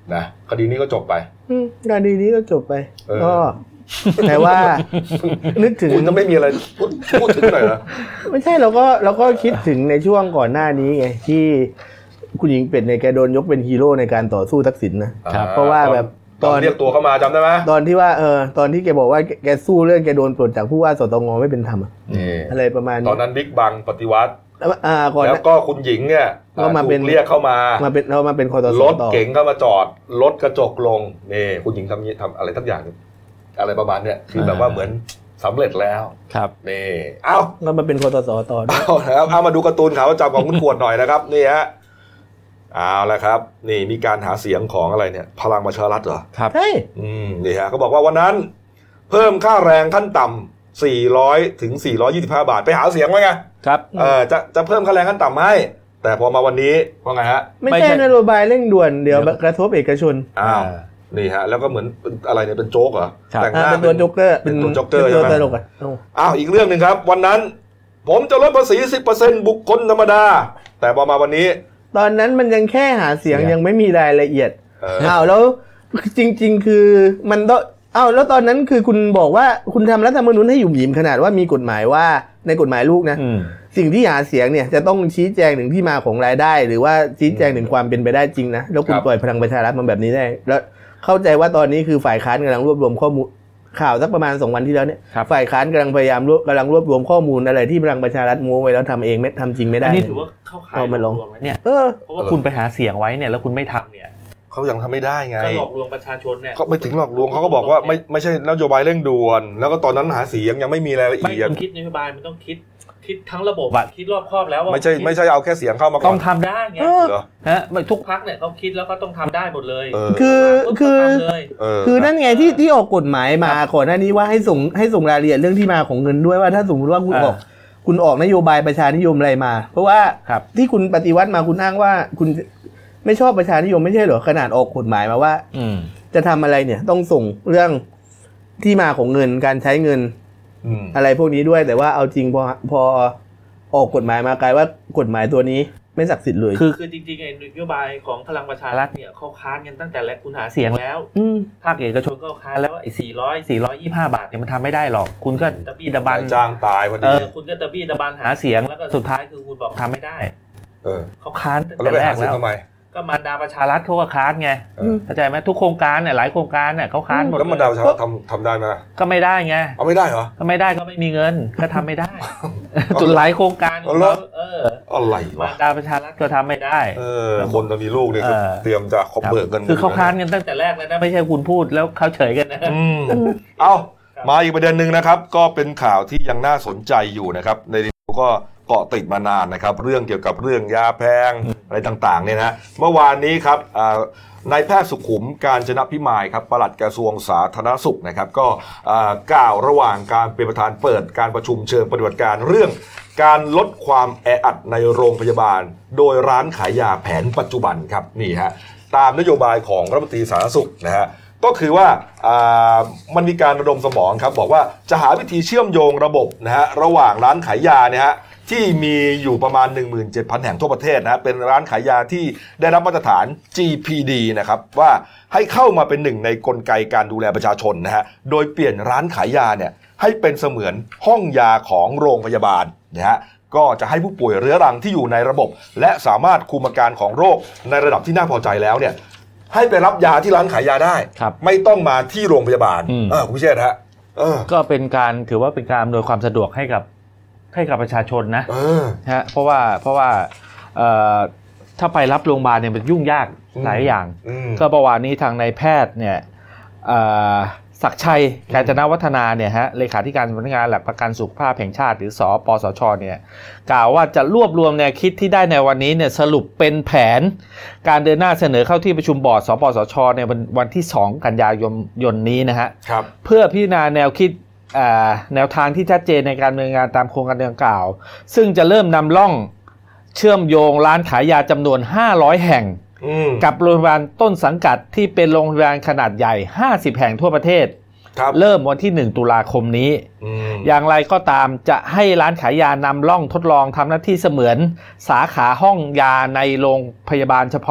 นะคดีนี้ก็จบไปคดีนี้ก็จบไปก็แต่ว่านึกถึงคุณก็ไม่มีอะไรพูดพูดถึงหน่อยเหรอไม่ใช่เราก็เราก็คิดถึงในช่วงก่อนหน้านี้ไงที่คุณหญิงเป็ดในแกโดนยกเป็นฮีโร่ในการต่อสู้ทักษิณนะเพราะว่าแบบตอนเรียกตัวเข้ามาจำได้ไหมตอนที่ว่าเออตอนที่แกบอกว่าแกสู้เรื่องแกโดนปลดจากผู้ว่าสตงไม่เป็นธรรมอะไรประมาณนี้ตอนนั้นบิ๊กบังปฏิวัติแล้วก็คุณหญิงเนี่ยก็มาเป็นเรียกเข้ามามาเป็นเรามาเป็นคตสรถเก๋งเข้ามาจอดรถกระจกลงนี่คุณหญิงทำทำอะไรทักอย่างอะไรประมาณเนี้ยคือแบบว่าเหมือนสำเร็จแล้วครับนี่เอ้าก็มาเป็นคตสต่อเอาแล้วเอามาดูการ์ตูนข่าวประจำของคุณขวดหน่อยนะครับนี่ฮะเอาละครับนี่มีการหาเสียงของอะไรเนี่ยพลังประชารัฐเหรอครับใช่อืมนี่ฮะเขาบอกว่าวันนั้นเพิ่มค่าแรงขั้นต่ำสี่ร้อยถึงสี่ร้อยยี่สิบห้าบาทไปหาเสียงไว้ไงครับเออจะจะเพิ่มค่าแรงขั้นต่ำให้แต่พอมาวันนี้ว่าไงฮะไม่ใช่นโยบายเร่งด่วนเดี๋ยวกระทบเอกชนอ้าวนี่ฮะแล้วก็เหมือนอะไรเนี่ยเป็นโจ๊กเหรอแต่งหน้าเป็นตัวโจ๊กเกอร์เป็นตัวโจ๊กเกอร์ใช่ไหมตลกอ่ะอ้าวอีกเรื่องนึงครับวันนั้นผมจะลดภาษี สิบเปอร์เซ็นต์ บุคคลธรรมดาแต่พอมาวันนี้ตอนนั้นมันยังแค่หาเสียงยังไม่มีรายละเอียดอ้าวแล้วจริงๆคือมันต้องอ้าวแล้วตอนนั้นคือคุณบอกว่าคุณทำรัฐธรรมนูญให้หยุ่มหยิมขนาดว่ามีกฎหมายว่าในกฎหมายลูกนะสิ่งที่หาเสียงเนี่ยจะต้องชี้แจงถึงที่มาของรายได้หรือว่าชี้แจงถึงความเป็นไปได้จริงนะแล้วคุณปล่อยพลังประชารัฐมันแบบนี้ได้แล้วเข้าใจว่าตอนนี้คือฝ่ายค้านกำลังรวบรวมข้อมูลข่าวสักประมาณสองวันที่แล้วเนี่ยฝ่ายค้านกำลังพยายามรวบกำลังรวบรวมข้อมูลอะไรที่พลังประชารัฐโม้ไว้แล้วทำเองไม่ทำจริงไม่ได้อันนี้ถือว่าเข้าข่ายหลอกลวงเนี่ยเพราะว่าคุณไปหาเสียงไว้เนี่ยแล้วคุณไม่ทำเนี่ยเขายังทำไม่ได้ไงก็หลอกลวงประชาชนเนี่ยเขาไม่ถึงหลอกลวงเขาก็บอกว่าไม่ไม่ใช่นโยบายเร่งด่วนแล้วก็ตอนนั้นหาเสียงยังไม่มีรายละเอียดคิดนโยบายมันต้องคิดคิดทั้งระบบอะคิดรอบคอบแล้วว่าไม่ใช่ไม่ใช่เอาแค่เสียงเข้ามาก่อนต้องทำได้ไงฮะทุกพรรคเนี่ยเขาคิดแล้วก็ต้องทำได้หมดเลยคือคือคือนั่นไงที่ที่ออกกฎหมายมาก่อนหน้านี้ว่าให้ส่งให้ส่งรายละเอียดเรื่องที่มาของเงินด้วยว่าถ้าสมมติว่าคุณออกคุณออกนโยบายประชานิยมอะไรมาเพราะว่าที่คุณปฏิวัติมาคุณอ้างว่าคุณไม่ชอบประชานิยมไม่ใช่เหรอขนาดออกกฎหมายมาว่าจะทำอะไรเนี่ยต้องส่งเรื่องที่มาของเงินการใช้เงินอะไรพวกนี้ด้วยแต่ว่าเอาจริงพอพอออกกฎหมายมากลายว่ากฎหมายตัวนี้ไม่ศักดิ์สิทธิ์เลยคือคือจริงๆไอ้นโยบายของพลังประชารัฐเนี่ยเขาค้านกันตั้งแต่แรกคุณหาเสียงแล้วภาคเอกชนก็ค้านแล้วว่าไอ้สี่ร้อย สี่ร้อยยี่สิบห้าบาทเนี่ยมันทำไม่ได้หรอกคุณก็ตะบี้ตะบันจ้างตายพอดีเออคุณก็ตะบี้ตะบันหาเสียงแล้วก็สุดท้ายคือคุณบอกทำไม่ได้เออเขาค้านตั้งแต่แรกแล้วก็มารดาประชารัฐเขาก็ค้านไงเข้าใจไหมทุกโครงการเนี่ยหลายโครงการเนี่ยเขาค้านหมดแล้วมารดาประชารัฐทำทำได้ไหมก็ไม่ได้ไงเอาไม่ได้เหรอก็ไม่ได้ก็ไม่มีเงินก็ทำไม่ได้จุดหลายโครงการเอออะไรวะมารดาประชารัฐก็ทำไม่ได้เออคนจะมีลูกเนี่ยเตรียมจะขอเบิกกันคือเขาค้านกันตั้งแต่แรกเลยนะไม่ใช่คุณพูดแล้วเขาเฉยกันนะเอามาอีกประเด็นหนึ่งนะครับก็เป็นข่าวที่ยังน่าสนใจอยู่นะครับในก็เกาะติดมานานนะครับเรื่องเกี่ยวกับเรื่องยาแพงอะไรต่างๆเนี่ยนะเมื่อวานนี้ครับนายแพทย์สุขุมกาญจนพิมายครับปลัดกระทรวงสาธารณสุขนะครับก็กล่าวระหว่างการเป็นประธานเปิดการประชุมเชิงปฏิบัติการเรื่องการลดความแออัดในโรงพยาบาลโดยร้านขายยาแผนปัจจุบันครับนี่ฮะตามนโยบายของรัฐมนตรีสาธารณสุขนะฮะก็คือว่ามันมีการระดมสมองครับบอกว่าจะหาวิธีเชื่อมโยงระบบนะฮะระหว่างร้านขายยาเนี่ยฮะที่มีอยู่ประมาณ หนึ่งหมื่นเจ็ดพัน แห่งทั่วประเทศนะเป็นร้านขายยาที่ได้รับมาตรฐาน จี พี ดี นะครับว่าให้เข้ามาเป็นหนึ่งในกลไกการดูแลประชาชนนะฮะโดยเปลี่ยนร้านขายยาเนี่ยให้เป็นเสมือนห้องยาของโรงพยาบาลนะฮะก็จะให้ผู้ป่วยเรื้อรังที่อยู่ในระบบและสามารถคุมอาการของโรคในระดับที่น่าพอใจแล้วเนี่ยให้ไปรับยาที่ร้านขายยาได้ไม่ต้องมาที่โรงพยาบาลเออคุณพิเชษฮะก็เป็นการถือว่าเป็นการอำนวยความสะดวกให้กับให้กับประชาชนนะฮะเพราะว่าเพราะว่าถ้าไปรับโรงพยาบาลเนี่ยมันยุ่งยากหลายอย่างก็ประวัตินี้ทางนายแพทย์เนี่ยศักดิ์ชัยกาญจนวัฒนาเนี่ยฮะเลขาธิการสำนักงานหลักประกันสุขภาพแห่งชาติหรือสปสชเนี่ยกล่าวว่าจะรวบรวมแนวคิดที่ได้ในวันนี้เนี่ยสรุปเป็นแผนการเดินหน้าเสนอเข้าที่ประชุมบอร์ดสปสชในวันวันที่สองกันยายนนี้นะฮะเพื่อพิจารณาแนวคิดแนวทางที่ชัดเจนในการดำเนินงานตามโครงการดังกล่าวซึ่งจะเริ่มนำร่องเชื่อมโยงร้านขายยาจำนวนห้าร้อยแห่งกับโรงพยาบาลต้นสังกัดที่เป็นโรงพยาบาลขนาดใหญ่ห้าสิบแห่งทั่วประเทศเริ่มวันที่หนึ่งตุลาคมนี้อย่างไรก็ตามจะให้ร้านขายยานำร่องทดลองทำหน้าที่เสมือนสาขาห้องยาในโรงพยาบาลเฉพาะ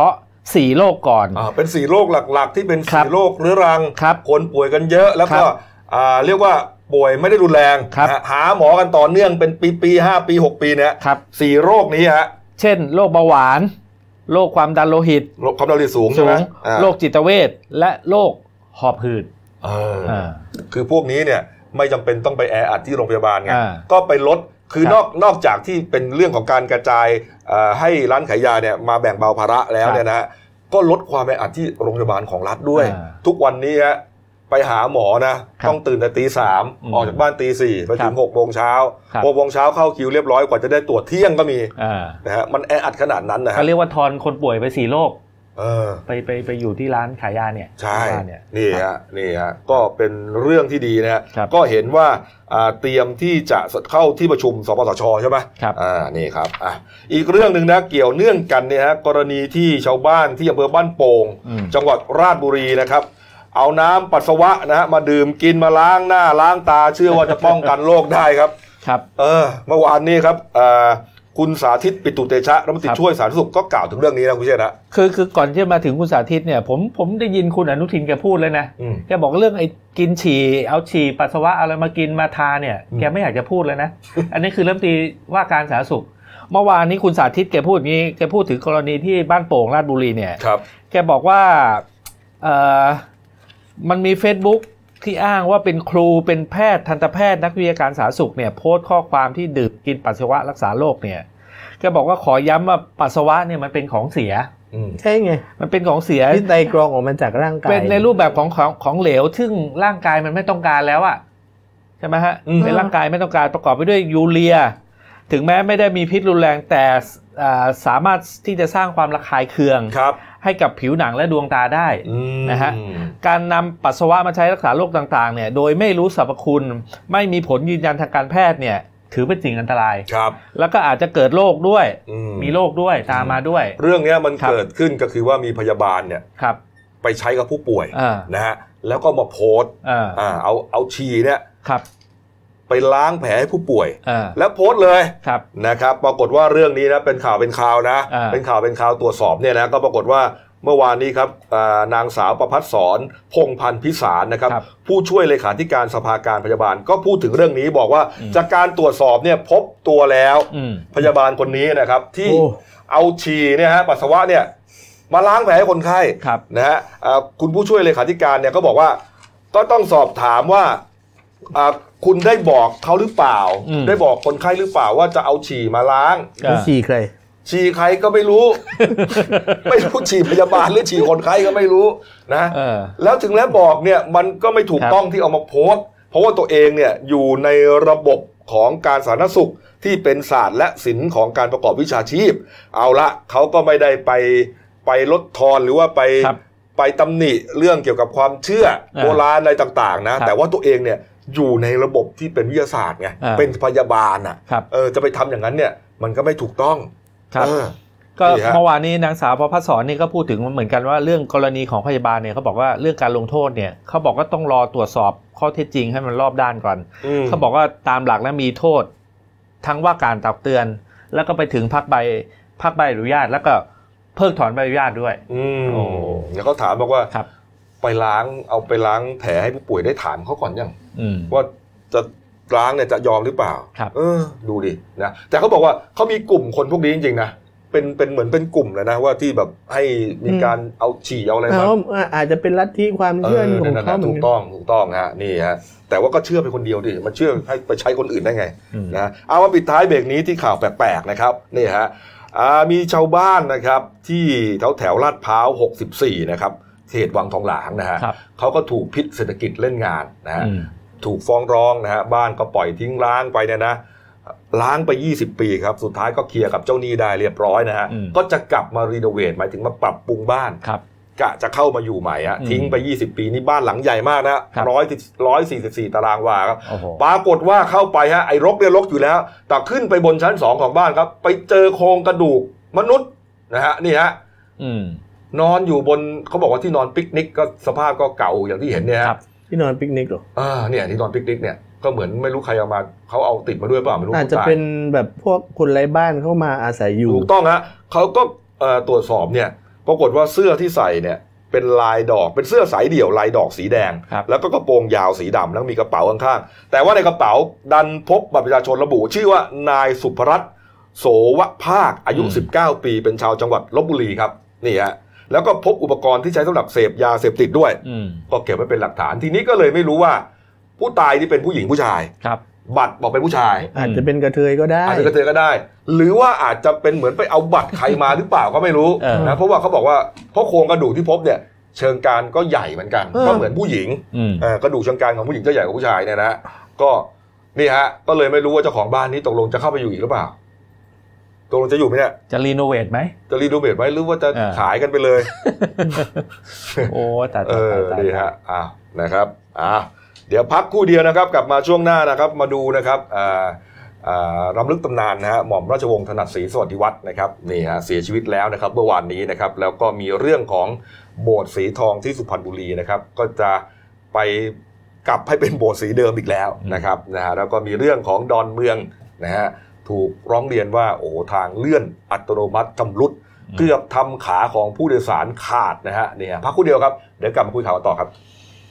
สี่โรคก่อนอ่าเป็นสี่โรคหลักๆที่เป็นสี่โรคเรื้อรังคนป่วยกันเยอะแล้วก็อ่าเรียกว่าป่วยไม่ได้รุนแรงหาหมอกันต่อเนื่องเป็นปีๆห้าปีหกปีเนี่ยสี่โรคนี้ฮะเช่นโรคเบาหวานโรคความดันโลหิตโรคความดันโลหิตสูงใช่ไหมโรคจิตเวชและโรคหอบหืดคือพวกนี้เนี่ยไม่จำเป็นต้องไปแออัดที่โรงพยาบาลไงก็ไปลดคือนอกนอกจากที่เป็นเรื่องของการกระจายให้ร้านขายยาเนี่ยมาแบ่งเบาภาระแล้วเนี่ยนะก็ลดความแออัดที่โรงพยาบาลของรัฐด้วยทุกวันนี้ฮะไปหาหมอนะต้องตื่นแต่ตีสามออกจากบ้านตีสี่ไปถึงหกโมงเช้าหกโมงเช้าเข้าคิวเรียบร้อยกว่าจะได้ตรวจเที่ยงก็มีนะฮะมันแออัดขนาดนั้นนะฮะเขาเรียกว่าทอนคนป่วยไปสี่โรคไปไปไปอยู่ที่ร้านขายยาเนี่ยใช่นี่ฮะนี่ฮะก็เป็นเรื่องที่ดีนะฮะก็เห็นว่าเตรียมที่จะเข้าที่ประชุมสปสชใช่ไหมครับอ่านี่ครับอ่ะอีกเรื่องหนึ่งนะเกี่ยวเนื่องกันเนี่ยฮะกรณีที่ชาวบ้านที่อำเภอบ้านโป่งจังหวัดราชบุรีนะครับเอาน้ำปัสสาวะนะฮะมาดื่มกินมาล้างหน้าล้างตาเชื่อว่าจะป้องกันโรคได้ครับครับเออเมื่อวานนี้ครับอ่าคุณสาธิตปิตุเตชะรัฐมนตรีช่วยสาธารณสุขก็กล่าวถึงเรื่องนี้นะคุณเชษฐ์นะคือคือก่อนที่จะมาถึงคุณสาธิตเนี่ยผมผมได้ยินคุณอนุทินแกพูดเลยนะแกบอกเรื่องไอ้กินฉี่เอาฉี่ปัสสาวะอะไรมากินมาทาเนี่ยแกไม่อยากจะพูดเลยนะอันนี้คือรัฐมนตรีว่าการสาธารณสุขเมื่อวานนี้คุณสาธิตแกพูดอย่างนี้แกพูดถึงกรณีที่บ้านโป่งราชบุรีเนี่ยแกบอกว่าเอ่อมันมี Facebook ที่อ้างว่าเป็นครูเป็นแพทย์ทันตแพทย์นักวิทยาการสาธารณสุขเนี่ยโพสต์ข้อความที่ดื่มกินปัสสาวะรักษาโรคเนี่ยแกบอกว่าขอย้ำว่าปัสสาวะเนี่ยมันเป็นของเสียใช่ไงมันเป็นของเสียที่ไตรกรองออกมาจากร่างกายเป็นในรูปแบบของของของเหลวซึ่งร่างกายมันไม่ต้องการแล้วอะใช่ไหมฮะในร่างกายไม่ต้องการประกอบไปด้วยยูเรียถึงแม้ไม่ได้มีพิษรุนแรงแต่สามารถที่จะสร้างความระคายเคืองให้กับผิวหนังและดวงตาได้นะฮะการนำปัสสาวะมาใช้รักษาโรคต่างๆเนี่ยโดยไม่รู้สรรพคุณไม่มีผลยืนยันทางการแพทย์เนี่ยถือเป็นสิ่งอันตรายครับแล้วก็อาจจะเกิดโรคด้วยมีโรคด้วยตามมาด้วยเรื่องนี้มันเกิดขึ้นก็คือว่ามีพยาบาลเนี่ยไปใช้กับผู้ป่วยนะฮะแล้วก็มาโพสต์เอาเอาฉี่เนี่ยไปล้างแผลให้ผู้ป่วยแล้วโพสต์เลยนะครับปรากฏว่าเรื่องนี้นะเป็นข่าวเป็นข่าวนะเป็นข่าวเป็นข่าวตรวจสอบเนี่ยนะก็ปรากฏว่าเมื่อวานนี้ครับนางสาวประภัสสรพงษ์พันธ์พิสารนะครับผู้ช่วยเลขาธิการสภาการพยาบาลก็พูดถึงเรื่องนี้บอกว่าจากการตรวจสอบเนี่ยพบตัวแล้วพยาบาลคนนี้นะครับที่เอาฉี่เนี่ยฮะปัสสาวะเนี่ยมาล้างแผลให้คนไข้นะฮะคุณผู้ช่วยเลขาธิการเนี่ยก็บอกว่าก็ต้องสอบถามว่าคุณได้บอกเขาหรือเปล่าได้บอกคนไข้หรือเปล่าว่าจะเอาฉี่มาล้างฉี่ใครฉี่ใครก็ไม่รู้ ไม่รู้ฉี่พยาบาลหรือฉี่คนไข้ก็ไม่รู้นะแล้วถึงแล้วบอกเนี่ยมันก็ไม่ถูกต้องที่เอามาโพสต์เพราะว่าตัวเองเนี่ยอยู่ในระบบของการสาธารณสุขที่เป็นศาสตร์และศิลป์ของการประกอบวิชาชีพเอาละเขาก็ไม่ได้ไปไปลดทอนหรือว่าไปไปตำหนิเรื่องเกี่ยวกับความเชื่อโบราณอะไรต่างๆนะแต่ว่าตัวเองเนี่ยอยู่ในระบบที่เป็นวิทยาศาสตร์ไงเป็นพยาบาลอ่ะเออจะไปทำอย่างนั้นเนี่ยมันก็ไม่ถูกต้องครับก็เมื่อวานนี้นางสาวประภัสสรนี่ก็พูดถึงเหมือนกันว่าเรื่องกรณีของพยาบาลเนี่ยเขาบอกว่าเรื่องการลงโทษเนี่ยเขาบอกว่าต้องรอตรวจสอบข้อเท็จจริงให้มันรอบด้านก่อนเขาบอกว่าตามหลักแล้วมีโทษทั้งว่าการตักเตือนแล้วก็ไปถึงพักใบพักใบอนุญาตแล้วก็เพิกถอนใบอนุญาตด้วยอืมโอ้แล้วเขาถามบอกว่าไปล้างเอาไปล้างแผลให้ผู้ป่วยได้ถามเขาก่อนยังว่าจะล้างเนี่ยจะยอมหรือเปล่าเออดูดินะแต่เขาบอกว่าเขามีกลุ่มคนพวกนี้จริงๆนะเป็นเป็นเหมือนเป็นกลุ่มเลยนะว่าที่แบบให้มีการเอาฉี่เอาอะไรมาอาจจะเป็นลัทธิความเชื่อของเขาถูกต้องถูกต้องฮะนี่ฮะแต่ว่าก็เชื่อไปคนเดียวดิมันเชื่อให้ไปใช้คนอื่นได้ไงนะเอามาปิดท้ายเบรกนี้ที่ข่าวแปลกๆนะครับนี่ฮะมีชาวบ้านนะครับที่แถวแถวลาดพร้าวหกสิบสี่นะครับเขตวังทองหลางนะฮะเขาก็ถูกพิษเศรษฐกิจเล่นงานนะฮะถูกฟ้องร้องนะฮะบ้านก็ปล่อยทิ้งร้างไปเนี่ยนะล้างไปยี่สิบปีครับสุดท้ายก็เคลียร์กับเจ้าหนี้ได้เรียบร้อยนะฮะก็จะกลับมารีโนเวทหมายถึงมาปรับปรุงบ้านกะจะเข้ามาอยู่ใหม่ฮะทิ้งไปยี่สิบปีนี่บ้านหลังใหญ่มากนะหนึ่งร้อย หนึ่งร้อยสี่สิบสี่ตารางวาครับปรากฏว่าเข้าไปฮะไอ้รกเนี่ยรกอยู่แล้วแต่ขึ้นไปบนชั้นสองของบ้านครับไปเจอโครงกระดูกมนุษย์นะฮะนี่ฮะนอนอยู่บนเขาบอกว่าที่นอนปิกนิกก็สภาพก็เก่าอย่างที่เห็นเนี่ยฮะที่นอนปิกนิกเหรออ่าเนี่ยที่นอนปิกนิกเนี่ยก็เหมือนไม่รู้ใครเอามาเขาเอาติดมาด้วยเปล่าไม่รู้อาจจะเป็นแบบพวกคนไร้บ้านเข้ามาอาศัยอยู่ถูกต้องฮะเขาก็ตรวจสอบเนี่ยปรากฏว่าเสื้อที่ใส่เนี่ยเป็นลายดอกเป็นเสื้อสายเดี่ยวลายดอกสีแดงแล้วก็กระโปรงยาวสีดำแล้วมีกระเป๋าข้างๆแต่ว่าในกระเป๋าดันพบบัตรประชาชนระบุชื่อว่านายสุภรัตน์โสวภาคอายุสิบเก้าปีเป็นชาวจังหวัดลพบุรีครับนี่ฮะแล้วก็พบอุปกรณ์ที่ใช้สำหรับเสพยาเสพติดด้วยก็เก็บไว้เป็นหลักฐานทีนี้ก็เลยไม่รู้ว่าผู้ตายที่เป็นผู้หญิงผู้ชายครับบัตรบอกเป็นผู้ชายอาจจะเป็นกระเทยก็ได้อาจจะกระเทยก็ได้หรือว่าอาจจะเป็นเหมือนไปเอาบัตรใครมาหรือเปล่าก็ไม่รู้นะเพราะว่าเขาบอกว่าเพราะโครงกระดูกที่พบเนี่ยเชิงกรานก็ใหญ่เหมือนกันก็เหมือนผู้หญิงกระดูกเชิงกรานของผู้หญิงก็ใหญ่กว่าผู้ชายเนี่ยนะก็นี่ฮะก็เลยไม่รู้ว่าเจ้าของบ้านนี้ตกลงจะเข้าไปอยู่อีกหรือเปล่าตกลงจะอยู่ไหมเนี่ยจะรีโนเวทไหมจะรีโนเวทไหมหรือว่าจะขายกันไปเลยโอ้แต่เออดีฮะอ้าวนะครับอ้าวเดี๋ยวพักคู่เดียวนะครับกลับมาช่วงหน้านะครับมาดูนะครับอ่าอ่ารำลึกตำนานนะฮะหม่อมราชวงศ์ถนัดศรีสวัสดิวัฒน์นะครับนี่ฮะเสียชีวิตแล้วนะครับเมื่อวานนี้นะครับแล้วก็มีเรื่องของโบสถ์สีทองที่สุพรรณบุรีนะครับก็จะไปกลับให้เป็นโบสถ์สีเดิมอีกแล้วนะครับนะฮะแล้วก็มีเรื่องของดอนเมืองนะฮะถูกร้องเรียนว่าโอ้ทางเลื่อนอัตโนมัติชำรุดเกือบทำขาของผู้โดยสารขาดนะฮะเนี่ยพักคู่เดียวครับเดี๋ยวกลับมาคุยข่าวต่อครับ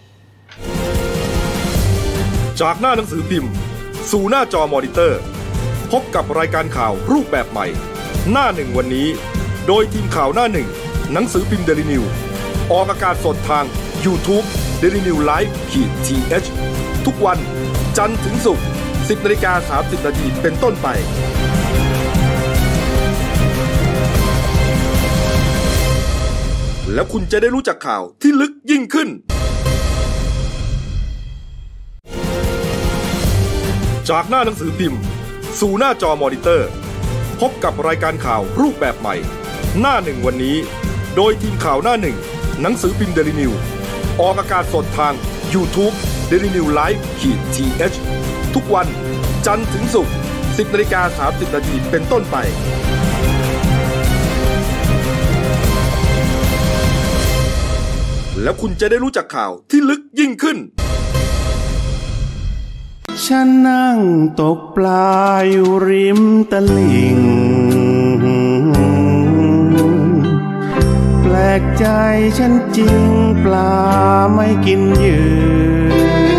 จากหน้าหนังสือพิมพ์สู่หน้าจอมอนิเตอร์พบกับรายการข่าวรูปแบบใหม่หน้าหนึ่งวันนี้โดยทีมข่าวหน้าหนึ่งหนังสือพิมพ์ Daily News ออกอากาศสดทาง YouTube Daily News Live ทีเอช ทุกวันจันทร์ถึงศุกร์ สิบนาฬิกาสามสิบนาทีเป็นต้นไปแล้วคุณจะได้รู้จักข่าวที่ลึกยิ่งขึ้นจากหน้าหนังสือพิมพ์สู่หน้าจอมอนิเตอร์พบกับรายการข่าวรูปแบบใหม่หน้าหนึ่งวันนี้โดยทีมข่าวหน้าหนึ่งหนังสือพิมพ์ Daily News ออกอากาศสดทาง YouTube Daily News Live ทีเอช ทุกวันจันทร์ถึงศุกร์ สิบนาฬิกาสามสิบนาทีเป็นต้นไปแล้วคุณจะได้รู้จักข่าวที่ลึกยิ่งขึ้นฉันนั่งตกปลาอยู่ริมตลิ่งแปลกใจฉันจริงปลาไม่กินเหยื่อ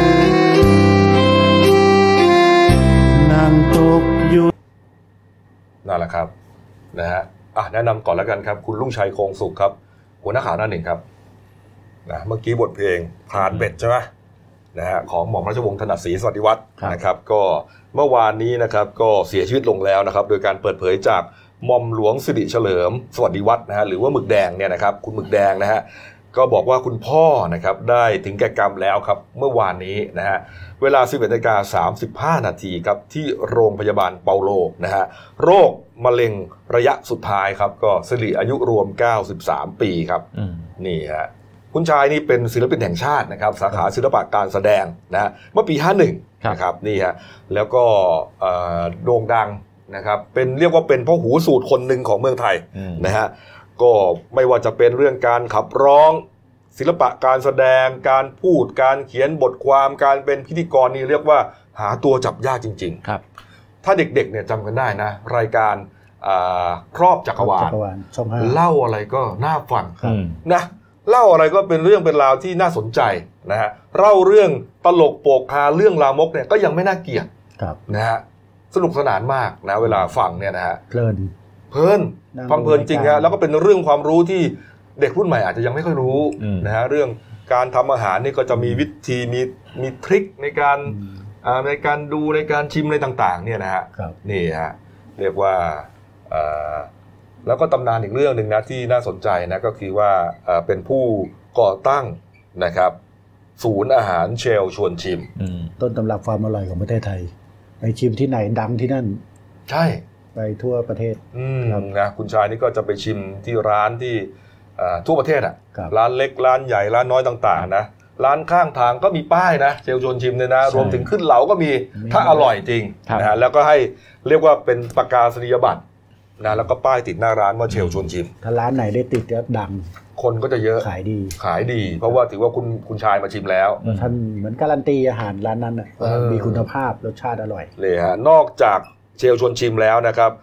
นั่งตกอยู่นั่นแหละครับนะฮะอ่ะแนะนำก่อนแล้วกันครับคุณรุ่งชัยโคงสุขครับหัวหน้าข่าวหน้าหนึ่งครับนะเมื่อกี้บทเพลงพรานเบ็ดใช่ไหมนะฮะของหม่อมราชวงศ์ถนัดศรีสวัสดิวัฒน์นะครับก็เมื่อวานนี้นะครับก็เสียชีวิตลงแล้วนะครับโดยการเปิดเผยจากหม่อมหลวงสิริเฉลิมสวัสดิวัฒน์นะฮะหรือว่าหมึกแดงเนี่ยนะครับคุณหมึกแดงนะฮะก็บอกว่าคุณพ่อนะครับได้ถึงแก่กรรมแล้วครับเมื่อวานนี้นะฮะเวลา สิบเอ็ดนาฬิกาสามสิบห้านาทีครับที่โรงพยาบาลเปาโลนะฮะโรคมะเร็งระยะสุดท้ายครับก็สิริอายุรวมเก้าสิบสามปีครับนี่ฮะคุณชายนี่เป็นศิลปินแห่งชาตินะครับสาขาศิลปะการแสดงนะเมื่อปีห้าสิบเอ็ดนะครับนี่ฮะแล้วก็โด่งดังนะครับเป็นเรียกว่าเป็นพ่อหูสูตรคนหนึ่งของเมืองไทยนะฮะก็ไม่ว่าจะเป็นเรื่องการขับร้องศิลปะการแสดงการพูดการเขียนบทความการเป็นพิธีกรนี่เรียกว่าหาตัวจับยากจริงๆครับถ้าเด็กๆเนี่ยจำกันได้นะรายการครอบจักรวาลเล่าอะไรก็น่าฟังนะเล่าอะไรก็เป็นเรื่องเป็นราวที่น่าสนใจนะฮะเล่าเรื่องตลกโปกฮาเรื่องลามกเนี่ยก็ยังไม่น่าเกลียดนะฮะสนุกสนานมากนะเวลาฟังเนี่ยนะฮะเพลินเพลินฟังเพลินจริงฮะแล้วก็เป็นเรื่องความรู้ที่เด็กรุ่นใหม่อาจจะยังไม่ค่อยรู้นะฮะเรื่องการทำอาหารนี่ก็จะมีวิธีมีมีทริคในการในการดูในการชิมอะไรต่างๆเนี่ยนะฮะนี่ฮะเรียกว่าแล้วก็ตำนานอีกเรื่องหนึ่งนะที่น่าสนใจนะก็คือว่าเป็นผู้ก่อตั้งนะครับศูนย์อาหารเชลชวนชิมต้นตำรับความอร่อยของประเทศไทยไปชิมที่ไหนดังที่นั่นใช่ไปทั่วประเทศนะคุณชายนี่ก็จะไปชิมที่ร้านที่ทั่วประเทศอ่ะร้านเล็กร้านใหญ่ร้านน้อยต่างๆนะร้านข้างทางก็มีป้ายนะเชลชวนชิมเนี่ยนะรวมถึงขึ้นเหลาก็มีถ้าอร่อยจริงนะฮะแล้วก็ให้เรียกว่าเป็นประกาศนียบัตรนะแล้วก็ป้ายติดหน้าร้านว่าเชลชวนชิมถ้าร้านไหนได้ติดก็ดังคนก็จะเยอะขายดีขายดีเพราะว่าถือว่าคุณคุณชายมาชิมแล้วท่านเหมือนการันตีอาหารร้านนั้นมีคุณภาพรสชาติอร่อยเลยฮะนอกจากเชลชวนชิมแล้วนะครับ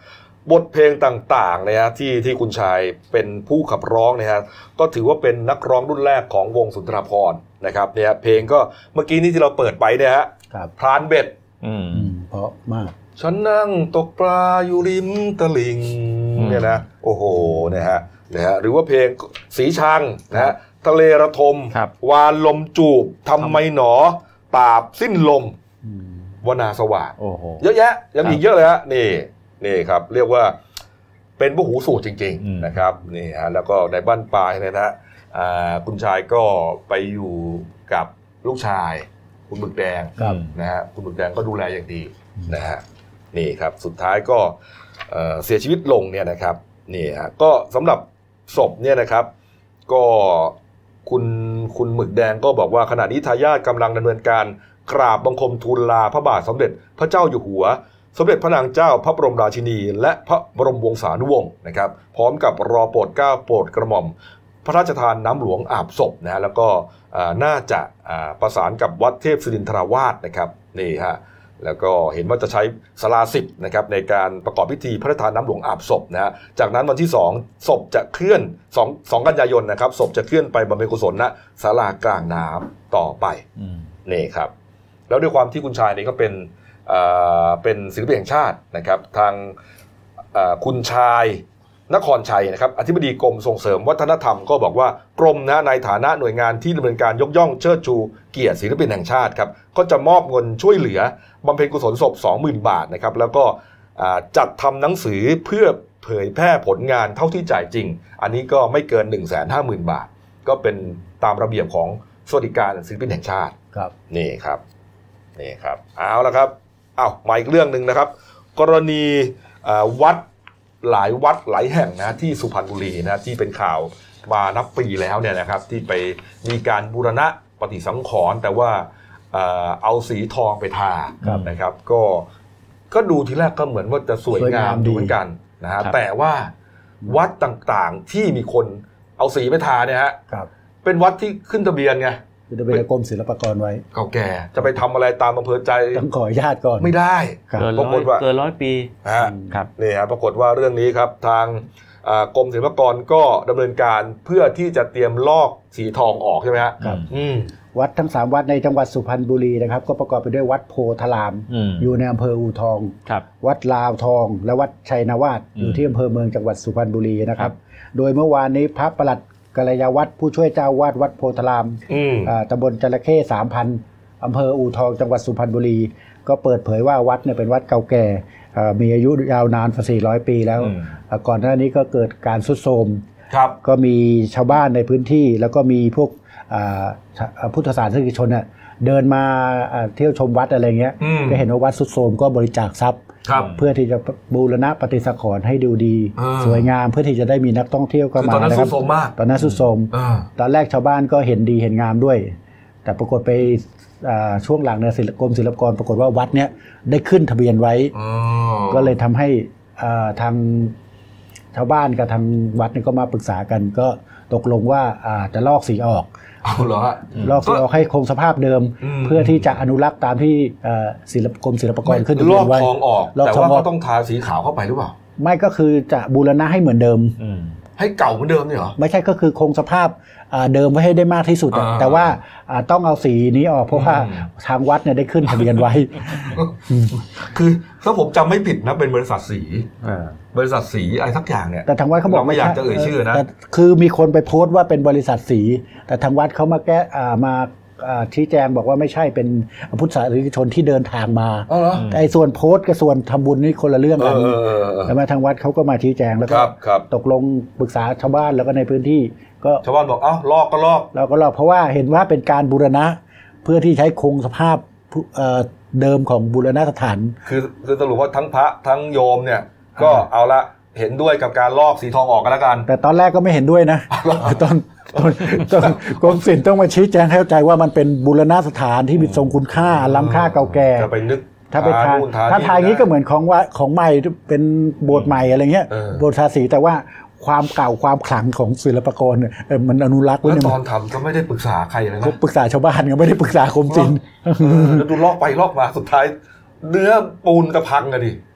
บทเพลงต่างๆนะฮะที่ที่คุณชายเป็นผู้ขับร้องนะฮะก็ถือว่าเป็นนักร้องรุ่นแรกของวงสุนทรภรณ์นะครับเนี่ยเพลงก็เมื่อกี้นี้ที่เราเปิดไปเนี่ยฮะพรานเบ็ดเพราะมากฉันนั่งตกปลาอยู่ริมตลิ่งเนี่ยนะโอ้โหนะฮะนะฮะหรือว่าเพลงสีชังนะฮะทะเลระทมวานลมจูบทำไมหนอตาบสิ้นลมวนาสว่างเยอะแยะยังอีกเยอะเลยฮะนี่นี่ครับเรียกว่าเป็นพวกหูสูตรจริงๆนะครับนี่ฮะแล้วก็ในบ้านปลายเนี่ยนะคุณชายก็ไปอยู่กับลูกชายคุณบึกแดงนะฮะคุณบึกแดงก็ดูแลอย่างดีนะฮะนี่ครับสุดท้ายก็เสียชีวิตลงเนี่ยนะครับนี่ฮะก็สำหรับศพเนี่ยนะครับก็คุณคุณหมึกแดงก็บอกว่าขณะนี้ทายาทกำลังดำเนินการกราบบังคมทูลลาพระบาทสมเด็จพระเจ้าอยู่หัวสมเด็จพระนางเจ้าพระบรมราชินีและพระบรมวงศานุวงศ์นะครับพร้อมกับรอโปรดเกล้าโปรดกระหม่อมพระราชทานน้ำหลวงอาบศพนะแล้วก็น่าจะประสานกับวัดเทพศิรินทราวาสนะครับนี่ฮะแล้วก็เห็นว่าจะใช้ศาลาสิบนะครับในการประกอบพิธีพระราชทานน้ำหลวงอาบศพนะฮะจากนั้นวันที่สองศพจะเคลื่อน2 2กันยายนนะครับศพจะเคลื่อนไปบำเพ็ญกุศลณศาลากลางน้ำต่อไปนี่ครับแล้วด้วยความที่คุณชายนี่ก็เป็นเป็นศิลปินแห่งชาตินะครับทางคุณชายนครชัยนะครับอธิบดีกรมส่งเสริมวัฒนธรรมก็บอกว่ากรมนะในฐานะหน่วยงานที่ดำเนินการยกย่องเชิดชูเกียรติศิลปินแห่งชาติครับก็จะมอบเงินช่วยเหลือบำเพ็ญกุศลศพ สองหมื่น บาทนะครับแล้วก็จัดทำหนังสือเพื่อเผยแพร่ผลงานเท่าที่จ่ายจริงอันนี้ก็ไม่เกิน หนึ่งแสนห้าหมื่น บาทก็เป็นตามระเบียบของสวัสดิการศิลปินแห่งชาติครับนี่ครับนี่ครับเอาละครับเอามาอีกเรื่องนึงนะครับกรณีวัดหลายวัดหลายแห่งนะที่สุพรรณบุรีนะที่เป็นข่าวมานับปีแล้วเนี่ยนะครับที่ไปมีการบูรณะปฏิสังขรณ์แต่ว่าเอาสีทองไปทานะครับก็ก็ดูทีแรกก็เหมือนว่าจะสวยงามดูเหมือนกันนะฮะแต่ว่าวัดต่างๆที่มีคนเอาสีไปทาเนี่ยฮะเป็นวัดที่ขึ้นทะเบียนไงคือจะเป็นกรมศิลปากรไว้เก่าแก่จะไปทำอะไรตามอำเภอใจต้องขออนุญาตก่อนไม่ได้ปรากฏว่าเกินร้อยปีครับนี่ฮะปรากฏว่าเรื่องนี้ครับทางกรมศิลปากรก็ดำเนินการเพื่อที่จะเตรียมลอกสีทองออกใช่ไหมฮะวัดทั้งสามวัดในจังหวัดสุพรรณบุรีนะครับก็ประกอบไปด้วยวัดโพธารามอยู่ในอำเภออู่ทองวัดลาวทองและวัดชัยนวาสอยู่ที่อำเภอเมืองจังหวัดสุพรรณบุรีนะครับโดยเมื่อวานนี้พระประหลัดกัลยาวัฒน์ผู้ช่วยเจ้าวาดวัดโพธารามตำบลจระเข้สามพันอำเภออู่ทองจังหวัดสุพรรณบุรีก็เปิดเผยว่าวัดเนี่ยเป็นวัดเก่าแก่มีอายุยาวนานกว่าสี่ร้อยปีแล้วก่อนหน้านี้ก็เกิดการทรุดโทรมก็มีชาวบ้านในพื้นที่แล้วก็มีพวกพุทธศาสนิกชนเนี่ยเดินมาเที่ยวชมวัดอะไรเงี้ยก็เห็นว่าวัดทรุดโทรมก็บริจาคทรัพย์เพื่อที่จะบูรณะปฏิสังขรณ์ให้ดูดีสวยงามเพื่อที่จะได้มีนักท่องเที่ยวเข้ามาตอนนั้นสุดโทรมมากตอนนั้นสุดโทรมตอนแรกชาวบ้านก็เห็นดีเห็นงามด้วยแต่ปรากฏไปช่วงหลังเนี่ยกรมศิลปากรปรากฏว่าวัดเนี้ยได้ขึ้นทะเบียนไว้ก็เลยทำให้ทางชาวบ้านกับทางวัดเนี่ยก็มาปรึกษากันก็ตกลงว่าจะลอกสีออกเอาเหรอลอกสีออกให้คงสภาพเดิมเพื่อที่จะอนุรักษ์ตามที่ศิลปกรมศิลปากรขึ้นทะเบียนไว้ลอกทองออกแต่ว่าก็ต้องทาสีขาวเข้าไปหรือเปล่าไม่ก็คือจะบูรณะให้เหมือนเดิมให้เก่าเหมือนเดิมเนี่ยเหรอไม่ใช่ก็คือคงสภาพเดิมไว้ให้ได้มากที่สุดแต่ว่าต้องเอาสีนี้ออกเพราะว่าทางวัดเนี่ยได้ขึ้นทะเบียนไว้คือถ้าผมจำไม่ผิดนะเป็นบริษัทสีบริษัทสีอะไรสักอย่างเนี่ยแต่ทางวัดเขาบอกไม่อยากจะเอ่ยชื่อนะคือมีคนไปโพสต์ว่าเป็นบริษัทสีแต่ทางวัดเขามาแก้มาชี้แจงบอกว่าไม่ใช่เป็นพุทธศาสนิกชนที่เดินทางมาไอ้ส่วนโพสต์กับส่วนทำบุญนี่คนละเรื่องกันแต่มาทางวัดเขาก็มาชี้แจงแล้วก็ตกลงปรึกษาชาวบ้านแล้วก็ในพื้นที่ก็ชาวบ้านบอกเอ้าลอกก็ลอกเราก็ลอกเพราะว่าเห็นว่าเป็นการบูรณะเพื่อที่ใช้คงสภาพเดิมของบูรณสถานคือคือสรุปว่าทั้งพระทั้งโยมเนี่ยก็เอาละเห็นด้วยกับการลอกสีทองออกกันแล้วกันแต่ตอนแรกก็ไม่เห็นด้วยนะตอนตอนตอนกรมศิลป์ต้องมาชี้แจงให้เข้าใจว่ามันเป็นบูรณสถานที่มีทรงคุณค่าล้ำค่าเก่าแก่จะไปนึกถ้าไปทาถ้าทายนี้ก็เหมือนของว่าของใหม่เป็นโบสถ์ใหม่อะไรเงี้ยโบสถ์ทาสีแต่ว่าความเก่าความขลังของศิลปากรเนี่ยมันอนุรักษ์ไว้เนี่ยตอนทำก็ไม่ได้ปรึกษาใครเลยนะปรึกษาชาวบ้านก็ไม่ได้ปรึกษากรมศิลป์แล้วดูลอกไปลอกมาสุดท้ายเนื้อปูนกระพังอะดิ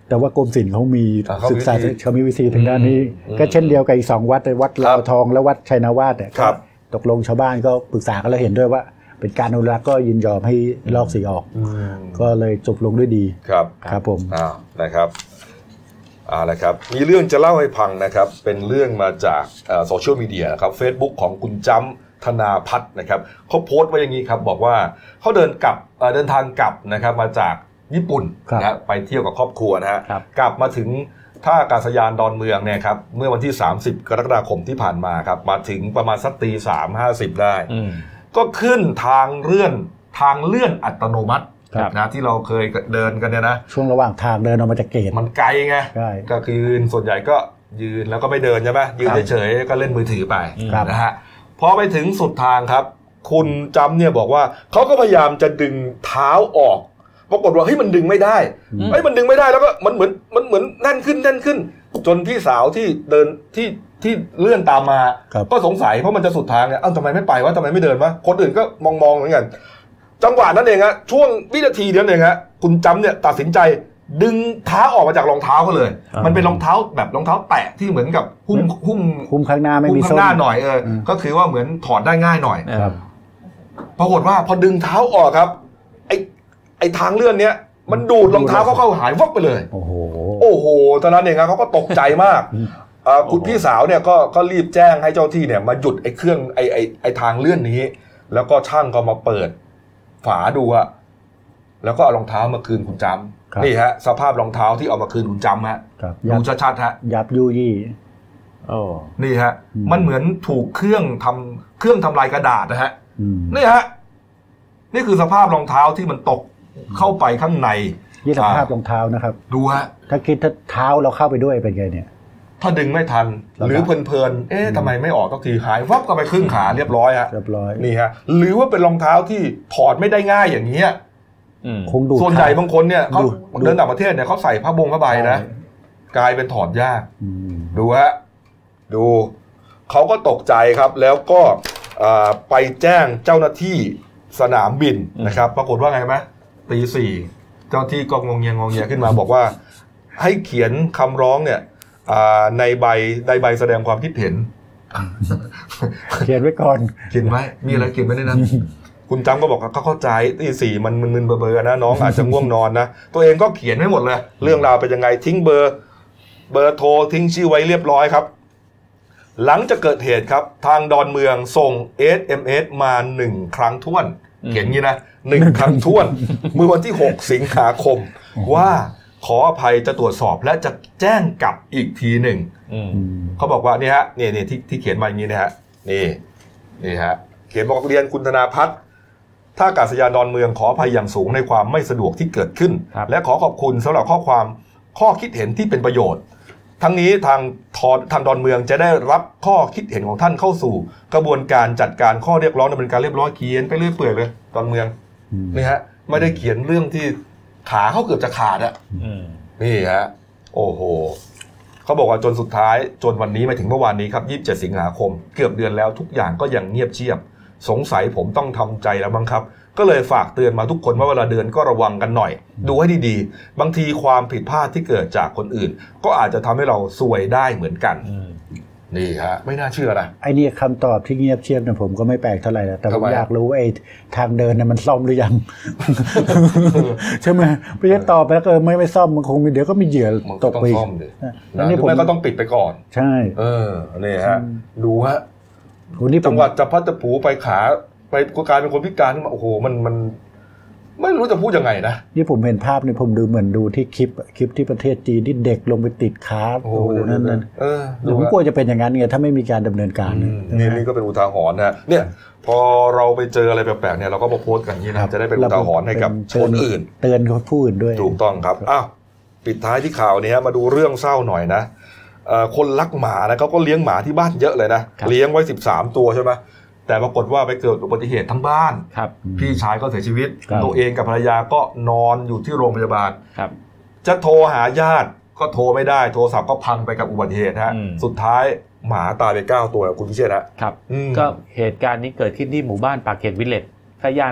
แต่ว่ากรมศิลป์เขามีศึกษาเขามีวิธีทางด้านนี้ก็เช่นเดียวกับอีกสองวัดวัดลาวทองและวัดชัยนาวาสเนี่ยตกลงชาวบ้านก็ปรึกษากันแล้วเห็นด้วยว่าเป็นการอนุรักษ์ก็ยินยอมให้ลอกสีออกก็เลยจบลงด้วยดีครับครับผมอ้าวนะครับอ่านะครับมีเรื่องจะเล่าให้ฟังนะครับเป็นเรื่องมาจากโซเชียลมีเดียนะครับ Facebook ของคุณจ้ำธนาพัฒน์นะครับเขาโพสต์ไว้อย่างนี้ครับบอกว่าเขาเดินกลับเดินทางกลับนะครับมาจากญี่ปุ่นนะไปเที่ยวกับครอบครัวนะฮะกลับมาถึงท่าอากาศยานดอนเมืองเนี่ยครับเมื่อวันที่สามสิบกรกฎาคมที่ผ่านมาครับมาถึงประมาณสักตีสามห้าสิบได้ก็ขึ้นทางเลื่อนทางเลื่อนอัตโนมัตินะที่เราเคยเดินกันเนี่ยนะช่วงระหว่างทางเดินออกมาจากเกตมันไกลไงก็คือส่วนใหญ่ก็ยืนแล้วก็ไม่เดินใช่ไหมยืนเฉยๆก็เล่นมือถือไปนะฮะพอไปถึงสุดทางครับคุณจำเนี่ยบอกว่าเขาก็พยายามจะดึงเท้าออกปรากฏว่าเฮ้ยมันดึงไม่ได้เฮ้ยมันดึงไม่ได้แล้วก็มันเหมือนมันเหมือนแน่นขึ้นแน่นขึ้นจนพี่สาวที่เดินที่ที่เลื่อนตามมาก็สงสัยเพราะมันจะสุดทางเนี่ยเอ้าทำไมไม่ไปวะทำไมไม่เดินวะคนอื่นก็มองๆเหมือนกันจังหวะนั้นเองฮะช่วงวินาทีเดียวเองฮะคุณจำเนี่ยตัดสินใจดึงเท้าออกมาจากรองเท้าเขาเลยมันเป็นรองเท้าแบบรองเท้าแตะที่เหมือนกับหุ้มหุ้มหุ้มข้างหน้าไม่มีส้นหุ้มข้างหน้าหน่อยเออก็คือว่าเหมือนถอดได้ง่ายหน่อยปรากฏว่าพอดึงเท้าออกครับไอไอทางเลื่อนเนี้ยมันดูดรองเท้าเขาเข้าหายวับไปเลยโอ้โหโอ้โหตอนนั้นเองครับเขาก็ตกใจมากคุณพี่สาวเนี่ยก็ก็รีบแจ้งให้เจ้าที่เนี่ยมาหยุดไอ้เครื่องไอ้ไอ้ไอ้ทางเลื่อนนี้แล้วก็ช่างก็มาเปิดฝาดูอะแล้วก็เอารองเท้ามาคืนคุณจำนี่ฮะสภาพรองเท้าที่เอามาคืนคุณจำฮะดูชัดๆฮะยับยุยี่โอ้นี่ฮะมันเหมือนถูกเครื่องทำเครื่องทำลายกระดาษนะฮะนี่ฮะนี่คือสภาพรองเท้าที่มันตกเข้าไปข้างในนี่สภาพรองเท้านะครับดูฮะถ้าคิดถ้าเท้าเราเข้าไปด้วยเป็นไงเนี่ยถ้าดึงไม่ทันหรือเพลินๆเอ๊ะทำไมไม่ออกสักทีหายวับก็ไปครึ่งขาเรียบร้อยฮะเรียบร้อยนี่ฮะหรือว่าเป็นรองเท้าที่ถอดไม่ได้ง่ายอย่างเงี้ยคงดูส่วนใหญ่บางคนเนี่ยเขาเดินต่างประเทศเนี่ยเขาใส่ผ้าบงผ้าใบนะกลายเป็นถอดยากดูฮะดูเขาก็ตกใจครับแล้วก็ไปแจ้งเจ้าหน้าที่สนามบินนะครับปรากฏว่าไงไหมตีสี่เจ้าที่ก็งงเงียงงเงียขึ้นมาบอกว่าให้เขียนคำร้องเนี่ยในใบในใบแสดงความคิดเห็นเขียนไว้ก่อนเขียนไว้มีอะไรเขียนไว้ในนั้นคุณจำก็บอกเขาเข้าใจตีสี่มันมึนๆเบอร์ๆนะน้องอาจจะง่วงนอนนะตัวเองก็เขียนให้หมดเลยเรื่องราวเป็นยังไงทิ้งเบอร์เบอร์โทรทิ้งชื่อไว้เรียบร้อยครับหลังจากเกิดเหตุครับทางดอนเมืองส่ง เอส เอ็ม เอส มาหนึ่งครั้งท้วนเขียนงี้นะหนึ่งครั้งท้วนเมื่อวันที่หกสิงหาคมว่าขออภัยจะตรวจสอบและจะแจ้งกลับอีกทีหนึ่งเขาบอกว่านี่ฮะนี่นี่ที่ที่เขียนมาอย่างนี้นะฮะนี่นี่ฮะเขียนบอกเรียนคุณธนาพัฒน์ท่าอากาศยานดอนเมืองขออภัยอย่างสูงในความไม่สะดวกที่เกิดขึ้นและขอขอบคุณสำหรับข้อความข้อคิดเห็นที่เป็นประโยชน์ทั้งนี้ทางทางดอนเมืองจะได้รับข้อคิดเห็นของท่านเข้าสู่กระบวนการจัดการข้อเรียกร้องดำเนินการเรียบร้อยเขียนไปเรื่อยเปื่อยเลยดอนเมืองนี่ฮะไม่ได้เขียนเรื่องที่ขาเขาเกือบจะขาดอะนี่ฮะโอ้โหเขาบอกว่าจนสุดท้ายจนวันนี้มาถึงเมื่อวานนี้ครับยี่สิบเจ็ดสิงหาคมเกือบเดือนแล้วทุกอย่างก็ยังเงียบเชียบสงสัยผมต้องทำใจแล้วมั้งครับก็เลยฝากเตือนมาทุกคนว่าเวลาเดินก็ระวังกันหน่อยดูให้ดีๆบางทีความผิดพลาดที่เกิดจากคนอื่นก็อาจจะทำให้เราซวยได้เหมือนกันนี่ฮะไม่น่าเชื่อนะไอ้นี่คำตอบที่เงียบเชียบเนี่ยผมก็ไม่แปลกเท่าไหร่แต่ผมอยากรู้ไอ้ทางเดินเนี่ยมันซ่อมหรือยังใช่ไหมไม่ใช่ตอบแล้วก็ไม่ไม่ซ่อมมันคงมีเดี๋ยวก็มีเหยื่อตกไปแล้วนี่ผมก็ต้องปิดไปก่อนใช่เออนี่ฮะดูฮะจังหวัดจะพัดจะผูไปขาไปกลายเป็นคนพิการขึ้นมาโอ้โหมันมันไม่รู้จะพูดยังไงนะนี่ผมเห็นภาพเนี่ยผมดูเหมือนดูที่คลิปคลิปที่ประเทศจีนที่เด็กลงไปติดขาโอ้โหนั่นนั่นผมกลัวจะเป็นอย่างนั้นไงถ้าไม่มีการดำเนินการนี่นี่ก็เป็นอุทาหรณ์นะเนี่ยพอเราไปเจออะไรแปลกๆเนี่ยเราก็มาโพสต์กันนี้นะจะได้เป็นอุทาหรณ์ให้กับคนอื่นเตือนผู้อื่นด้วยถูกต้องครับอ้าวปิดท้ายที่ข่าวนี้มาดูเรื่องเศร้าหน่อยนะคนรักหมานะเขาก็เลี้ยงหมาที่บ้านเยอะเลยนะเลี้ยงไว้สิบสามตัวใช่ไหมแต่ปรากฏว่าไปเกิดอุบัติเหตุทั้งบ้านพี่ชายก็เสียชีวิตตัวเองกับภรรยาก็นอนอยู่ที่โรงพยาบาลจะโทรหาญาติก็โทรไม่ได้โทรศัพท์ก็พังไปกับอุบัติเหตุฮะสุดท้ายหมาตายไปเก้าตัวคุณพิเชษฐ์ครับก็เหตุการณ์นี้เกิดขึ้นที่หมู่บ้านปากเกร็ดวิลเลจย่าน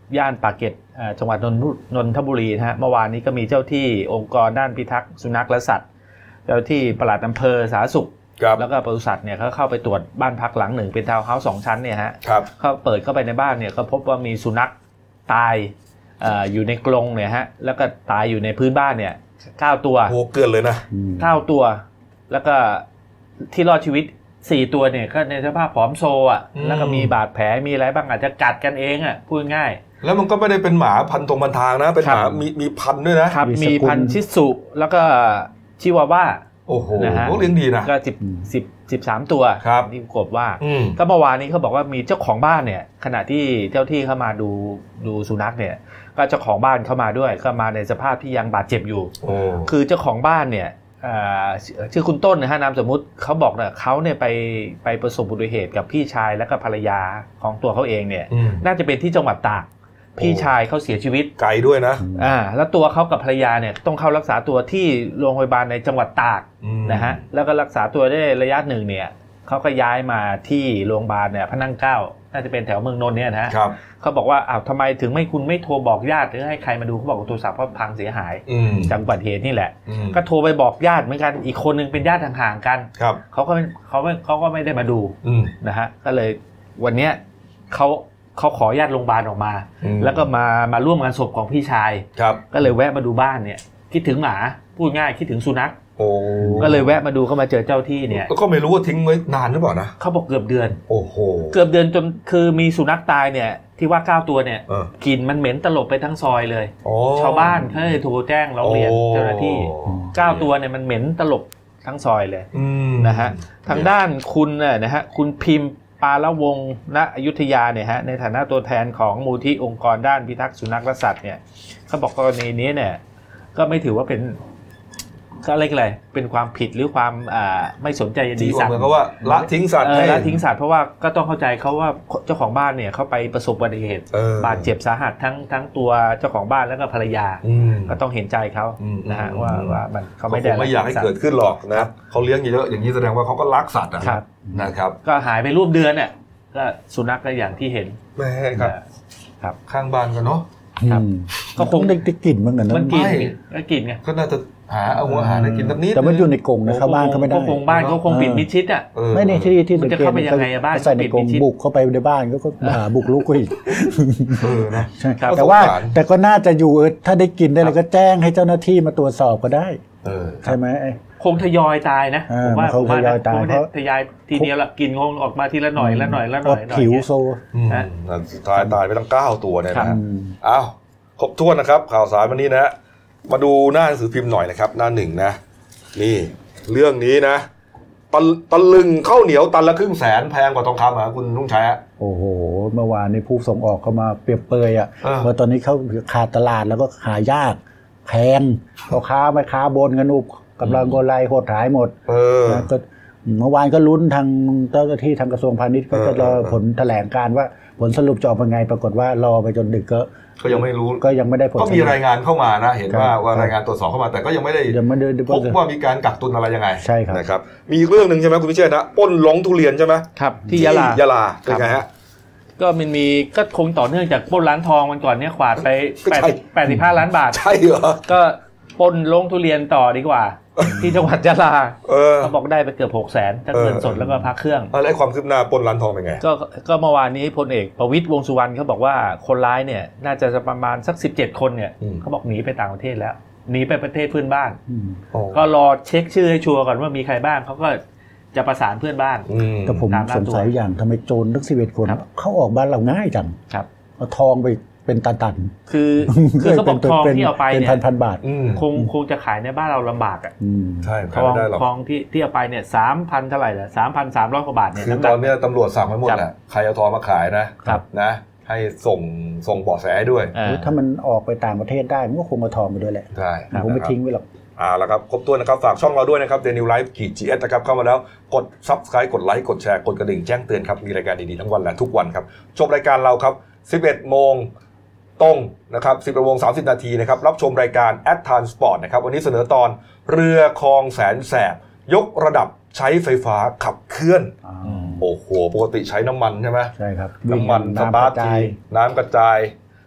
ย่านปากเกร็ดจังหวัดนนนนทบุรีนะฮะเมื่อวานนี้ก็มีเจ้าที่องค์กรด้านพิทักษ์สุนัขและสัตว์เจ้าที่ปลัดอำเภอสาธารณสุขแล้วก็ปศุสัตว์เนี่ยเขาเข้าไปตรวจบ้านพักหลังหนึ่งเป็นทาวน์เฮาส์สองชั้นเนี่ยฮะเขาเปิดเข้าไปในบ้านเนี่ยก็พบว่ามีสุนัขตายอยู่ในกรงเนี่ยฮะแล้วก็ตายอยู่ในพื้นบ้านเนี่ยเก้าตัวโอ้เกินเลยนะเก้าตัวแล้วก็ที่รอดชีวิตสี่ตัวเนี่ยก็ในสภาพผอมโซอ่ะแล้วก็มีบาดแผลมีอะไรบ้างอาจจะกัดกันเองอ่ะพูดง่ายแล้วมันก็ไม่ได้เป็นหมาพันธุ์ตรงพันทางนะเป็นหมามีมีพันธุ์ด้วยนะครับมีพันธุ์ชิสุแล้วก็ชิวาว่าโอ้โหเลี้ยงดีนะก็สิบสิบสิบสามตัวที่กบว่าก็เมื่อวานนี้เขาบอกว่ามีเจ้าของบ้านเนี่ยขณะที่เจ้าที่เข้ามาดูดูสุนัขเนี่ยก็เจ้าของบ้านเข้ามาด้วยก็มาในสภาพที่ยังบาดเจ็บอยู่คือเจ้าของบ้านเนี่ยชื่อคุณต้นนะฮะนามสมมุติเขาบอกเนี่ยเขาเนี่ยไปไปประสบอุบัติเหตุกับพี่ชายและก็ภรรยาของตัวเขาเองเนี่ยน่าจะเป็นที่จังหวัดตากพี่ชายเขาเสียชีวิตไกลด้วยนะอ่าแล้วตัวเขากับภรรยาเนี่ยต้องเข้ารักษาตัวที่โรงพยาบาลในจังหวัดตากนะฮะแล้วก็รักษาตัวได้ระยะหนึ่งเนี่ยเขาก็ย้ายมาที่โรงพยาบาลเนี่ยพระนั่งเกล้าน่าจะเป็นแถวเมืองนนท์เนี่ยนะเขาบอกว่าอ้าวทำไมถึงไม่คุณไม่โทรบอกญาติหรือให้ใครมาดูเขาบอกว่าโทรศัพท์เขาพังเสียหายจากอุบัติเหตุนี่แหละก็โทรไปบอกญาติเหมือนกันอีกคนนึงเป็นญาติห่างๆกันเขาก็เขาไม่เขาก็ไม่ได้มาดูนะฮะก็เลยวันเนี้ยเขาเขาขอญาติโรงพยาบาลออกมาแล้วก็มามาร่วมงานศพของพี่ชายก็เลยแวะมาดูบ้านเนี่ยคิดถึงหมาพูดง่ายคิดถึงสุนัขก็เลยแวะมาดูเข้ามาเจอเจ้าที่เนี่ยก็ไม่รู้ว่าทิ้งไว้นานหรือเปล่านะเขาบอกเกือบเดือนโอ้โหเกือบเดือนจนคือมีสุนัขตายเนี่ยที่ว่าเก้าตัวเนี่ยกลิ่นมันเหม็นตลบไปทั้งซอยเลยชาวบ้านเขาเลยโทรแจ้งร้องเรียนเจ้าหน้าที่เก้าตัวเนี่ยมันเหม็นตลบทั้งซอยเลยนะฮะทางด้านคุณนะฮะคุณพิมพ์ปาละวงศ์ณอยุธยาเนี่ยฮะในฐานะตัวแทนของมูลที่องค์กรด้านพิทักษ์สุนัขและสัตว์เนี่ยเขาบอกกรณีนี้เนี่ยก็ไม่ถือว่าเป็นก็อะไรกันเลยเป็นความผิดหรือความอ่าไม่สนใจดีสัตว์เหมือนกับว่าละทิ้งสัตว์ละทิ้งสัตว์เพราะว่าก็ต้องเข้าใจเขาว่าเจ้าของบ้านเนี่ยเขาไปประสบอุบัติเหตุบาดเจ็บสาหัสทั้งทั้งตัวเจ้าของบ้านแล้วก็ภรรยาก็ต้องเห็นใจเขานะฮะว่าว่ามันเขาไม่ได้ไม่อยากให้เกิดขึ้นหรอกนะเขาเลี้ยงเยอะอย่างนี้แสดงว่าเขาก็รักสัตว์นะครับก็หายไปรูปเดือนเนี่ยก็สุนัขก็อย่างที่เห็นแม่ครับครับข้างบ้านกันเนาะก็คงได้กลิ่นเหมือนกันนะมันกินก็กินไงก็น่าจะหาเอาหัวหาอะไรกินแบบนี้แต่มันอยู่ในกรงนะเข้าบ้านเขาไม่ได้กรงบ้านเขาคงปิดมิดชิดอ่ะไม่ในที่ที่จะเข้าไปยังไงบ้านใส่ในกรงบุกเข้าไปในบ้านก็บุกลุกก็อีกใช่แต่ว่าแต่ก็น่าจะอยู่ถ้าได้กินได้เลยก็แจ้งให้เจ้าหน้าที่มาตรวจสอบก็ได้ใช่ไหมคงทยอยตายนะผมว่าเขาทยอยตายเพราะทยอยทีเดียวละกินงงออกมาทีละหน่อยละหน่อยละหน่อยหน่อยผิวโซสุดท้ายตายไปตั้งเก้าตัวเนี่ยนะอ้าวครบถ้วนนะครับข่าวสารวันนี้นะมาดูหน้าหนังสือพิมพ์หน่อยนะครับหน้าหนึ่งนะนี่เรื่องนี้นะตะตะลึงข้าวเหนียวตันละครึ่งแสนแพงกว่าทองคำอ่ะคุณลุงชัยฮะโอ้โหเมื่อวานนี้ผู้ส่งออกเข้ามาเปรียบเปยอ่ะเพราะตอนนี้เขาขาดตลาดแล้วก็หายากแพงพ่อค้าแม่ค้าบนกันอุบกำลังโกไลหดหายหมดนะก็เมื่อวานก็ลุ้นทางเจ้าหน้าที่ทางกระทรวงพาณิชย์ก็จะรอผลแถลงการว่าผลสรุปจะออกเป็นไงปรากฏว่ารอไปจนดึกก็ก็ยังไม่รู้ก็ยังไม่ได้ผลก็มีรายงานเข้ามานะเห็นว่าว่ารายงานตรวจสอบเข้ามาแต่ก็ยังไม่ได้พบว่ามีการกักตุนอะไรยังไงใช่ครับนะครับมีเรื่องนึงใช่ไหมคุณพิเชษนะปล้นหลงทุเรียนใช่ไหมครับที่ยะลายะลาเป็นไงฮะก็มันมีก็คงต่อเนื่องจากปล้นร้านทองมันก่อนเนี่ยขวาดไปแปดสิบห้าล้านบาทใช่เหรอก็ปล้นหลงทุเรียนต่อดีกว่าที่จังหวัดยะลาเขาบอกได้ไปเกือบหกแสนทั้งเงินสดแล้วก็พักเครื่องอะไรความคืบหน้าปล้นร้านทองเป็นไงก็ก็เมื่อวานนี้พลเอกประวิตรวงษ์สุวรรณเขาบอกว่าคนร้ายเนี่ยน่าจะประมาณสักสิบเจ็ดคนเนี่ยเขาบอกหนีไปต่างประเทศแล้วหนีไปประเทศเพื่อนบ้านก็รอเช็คชื่อให้ชัวร์ก่อนว่ามีใครบ้างเขาก็จะประสานเพื่อนบ้านแต่ผมสงสัยอย่างทำไมโจรทั้งสิบเอ็ดคนเข้าออกบ้านเราง่ายจังเอาทองไปเป็นตันๆคือคือเขาบอกทองที่เอาไปเนี่ยเป็นพันๆบาทคงคงจะขายในบ้านเราลำบากอ่ะใช่ทองทองที่ที่เอาไปเนี่ยสามพันเท่าไหร่ละสามพันสามร้อยกว่าบาทเนี่ยตอนนี้ตำรวจสั่งไว้หมดแหละใครเอาทองมาขายนะนะให้ส่งส่งเบาะแสด้วยถ้ามันออกไปต่างประเทศได้มันก็คงเอาทองไปด้วยแหละใช่ผมไม่ทิ้งไว้หรอกอ่าแล้วครับครบถ้วนนะครับฝากช่องเราด้วยนะครับ Daily Life ขีด จี เอส นะครับเข้ามาแล้วกด Subscribe กดไลค์กดแชร์กดกระดิ่งแจ้งเตือนครับมีรายการดีๆทั้งวันและทุกวันครับจบรายการเราครับ สิบเอ็ดโมงตรงนะครับ สิบเอ็ดโมงสามสิบนาทีนะครับรับชมรายการ At Time Sport นะครับวันนี้เสนอตอนเรือคลองแสนแสบยกระดับใช้ไฟฟ้าขับเคลื่อนโอ้โหปกติใช้น้ำมันใช่ไหมใช่ครับน้ำมันสปาร์คทีน้ำกระจาย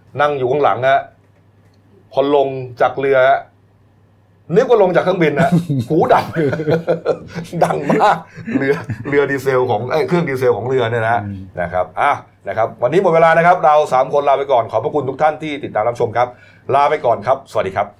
นั่งอยู่ข้างหลังฮะพอลงจากเรือนึกว่าลงจากเครื่องบินนะหูดับ ดังมากเรือเรือดีเซลของเอ้ยเครื่องดีเซลของเรือเนี่ยนะนะครับอ่ะนะครับวันนี้หมดเวลานะครับเราสามคนลาไปก่อนขอบพระคุณทุกท่านที่ติดตามรับชมครับลาไปก่อนครับสวัสดีครับ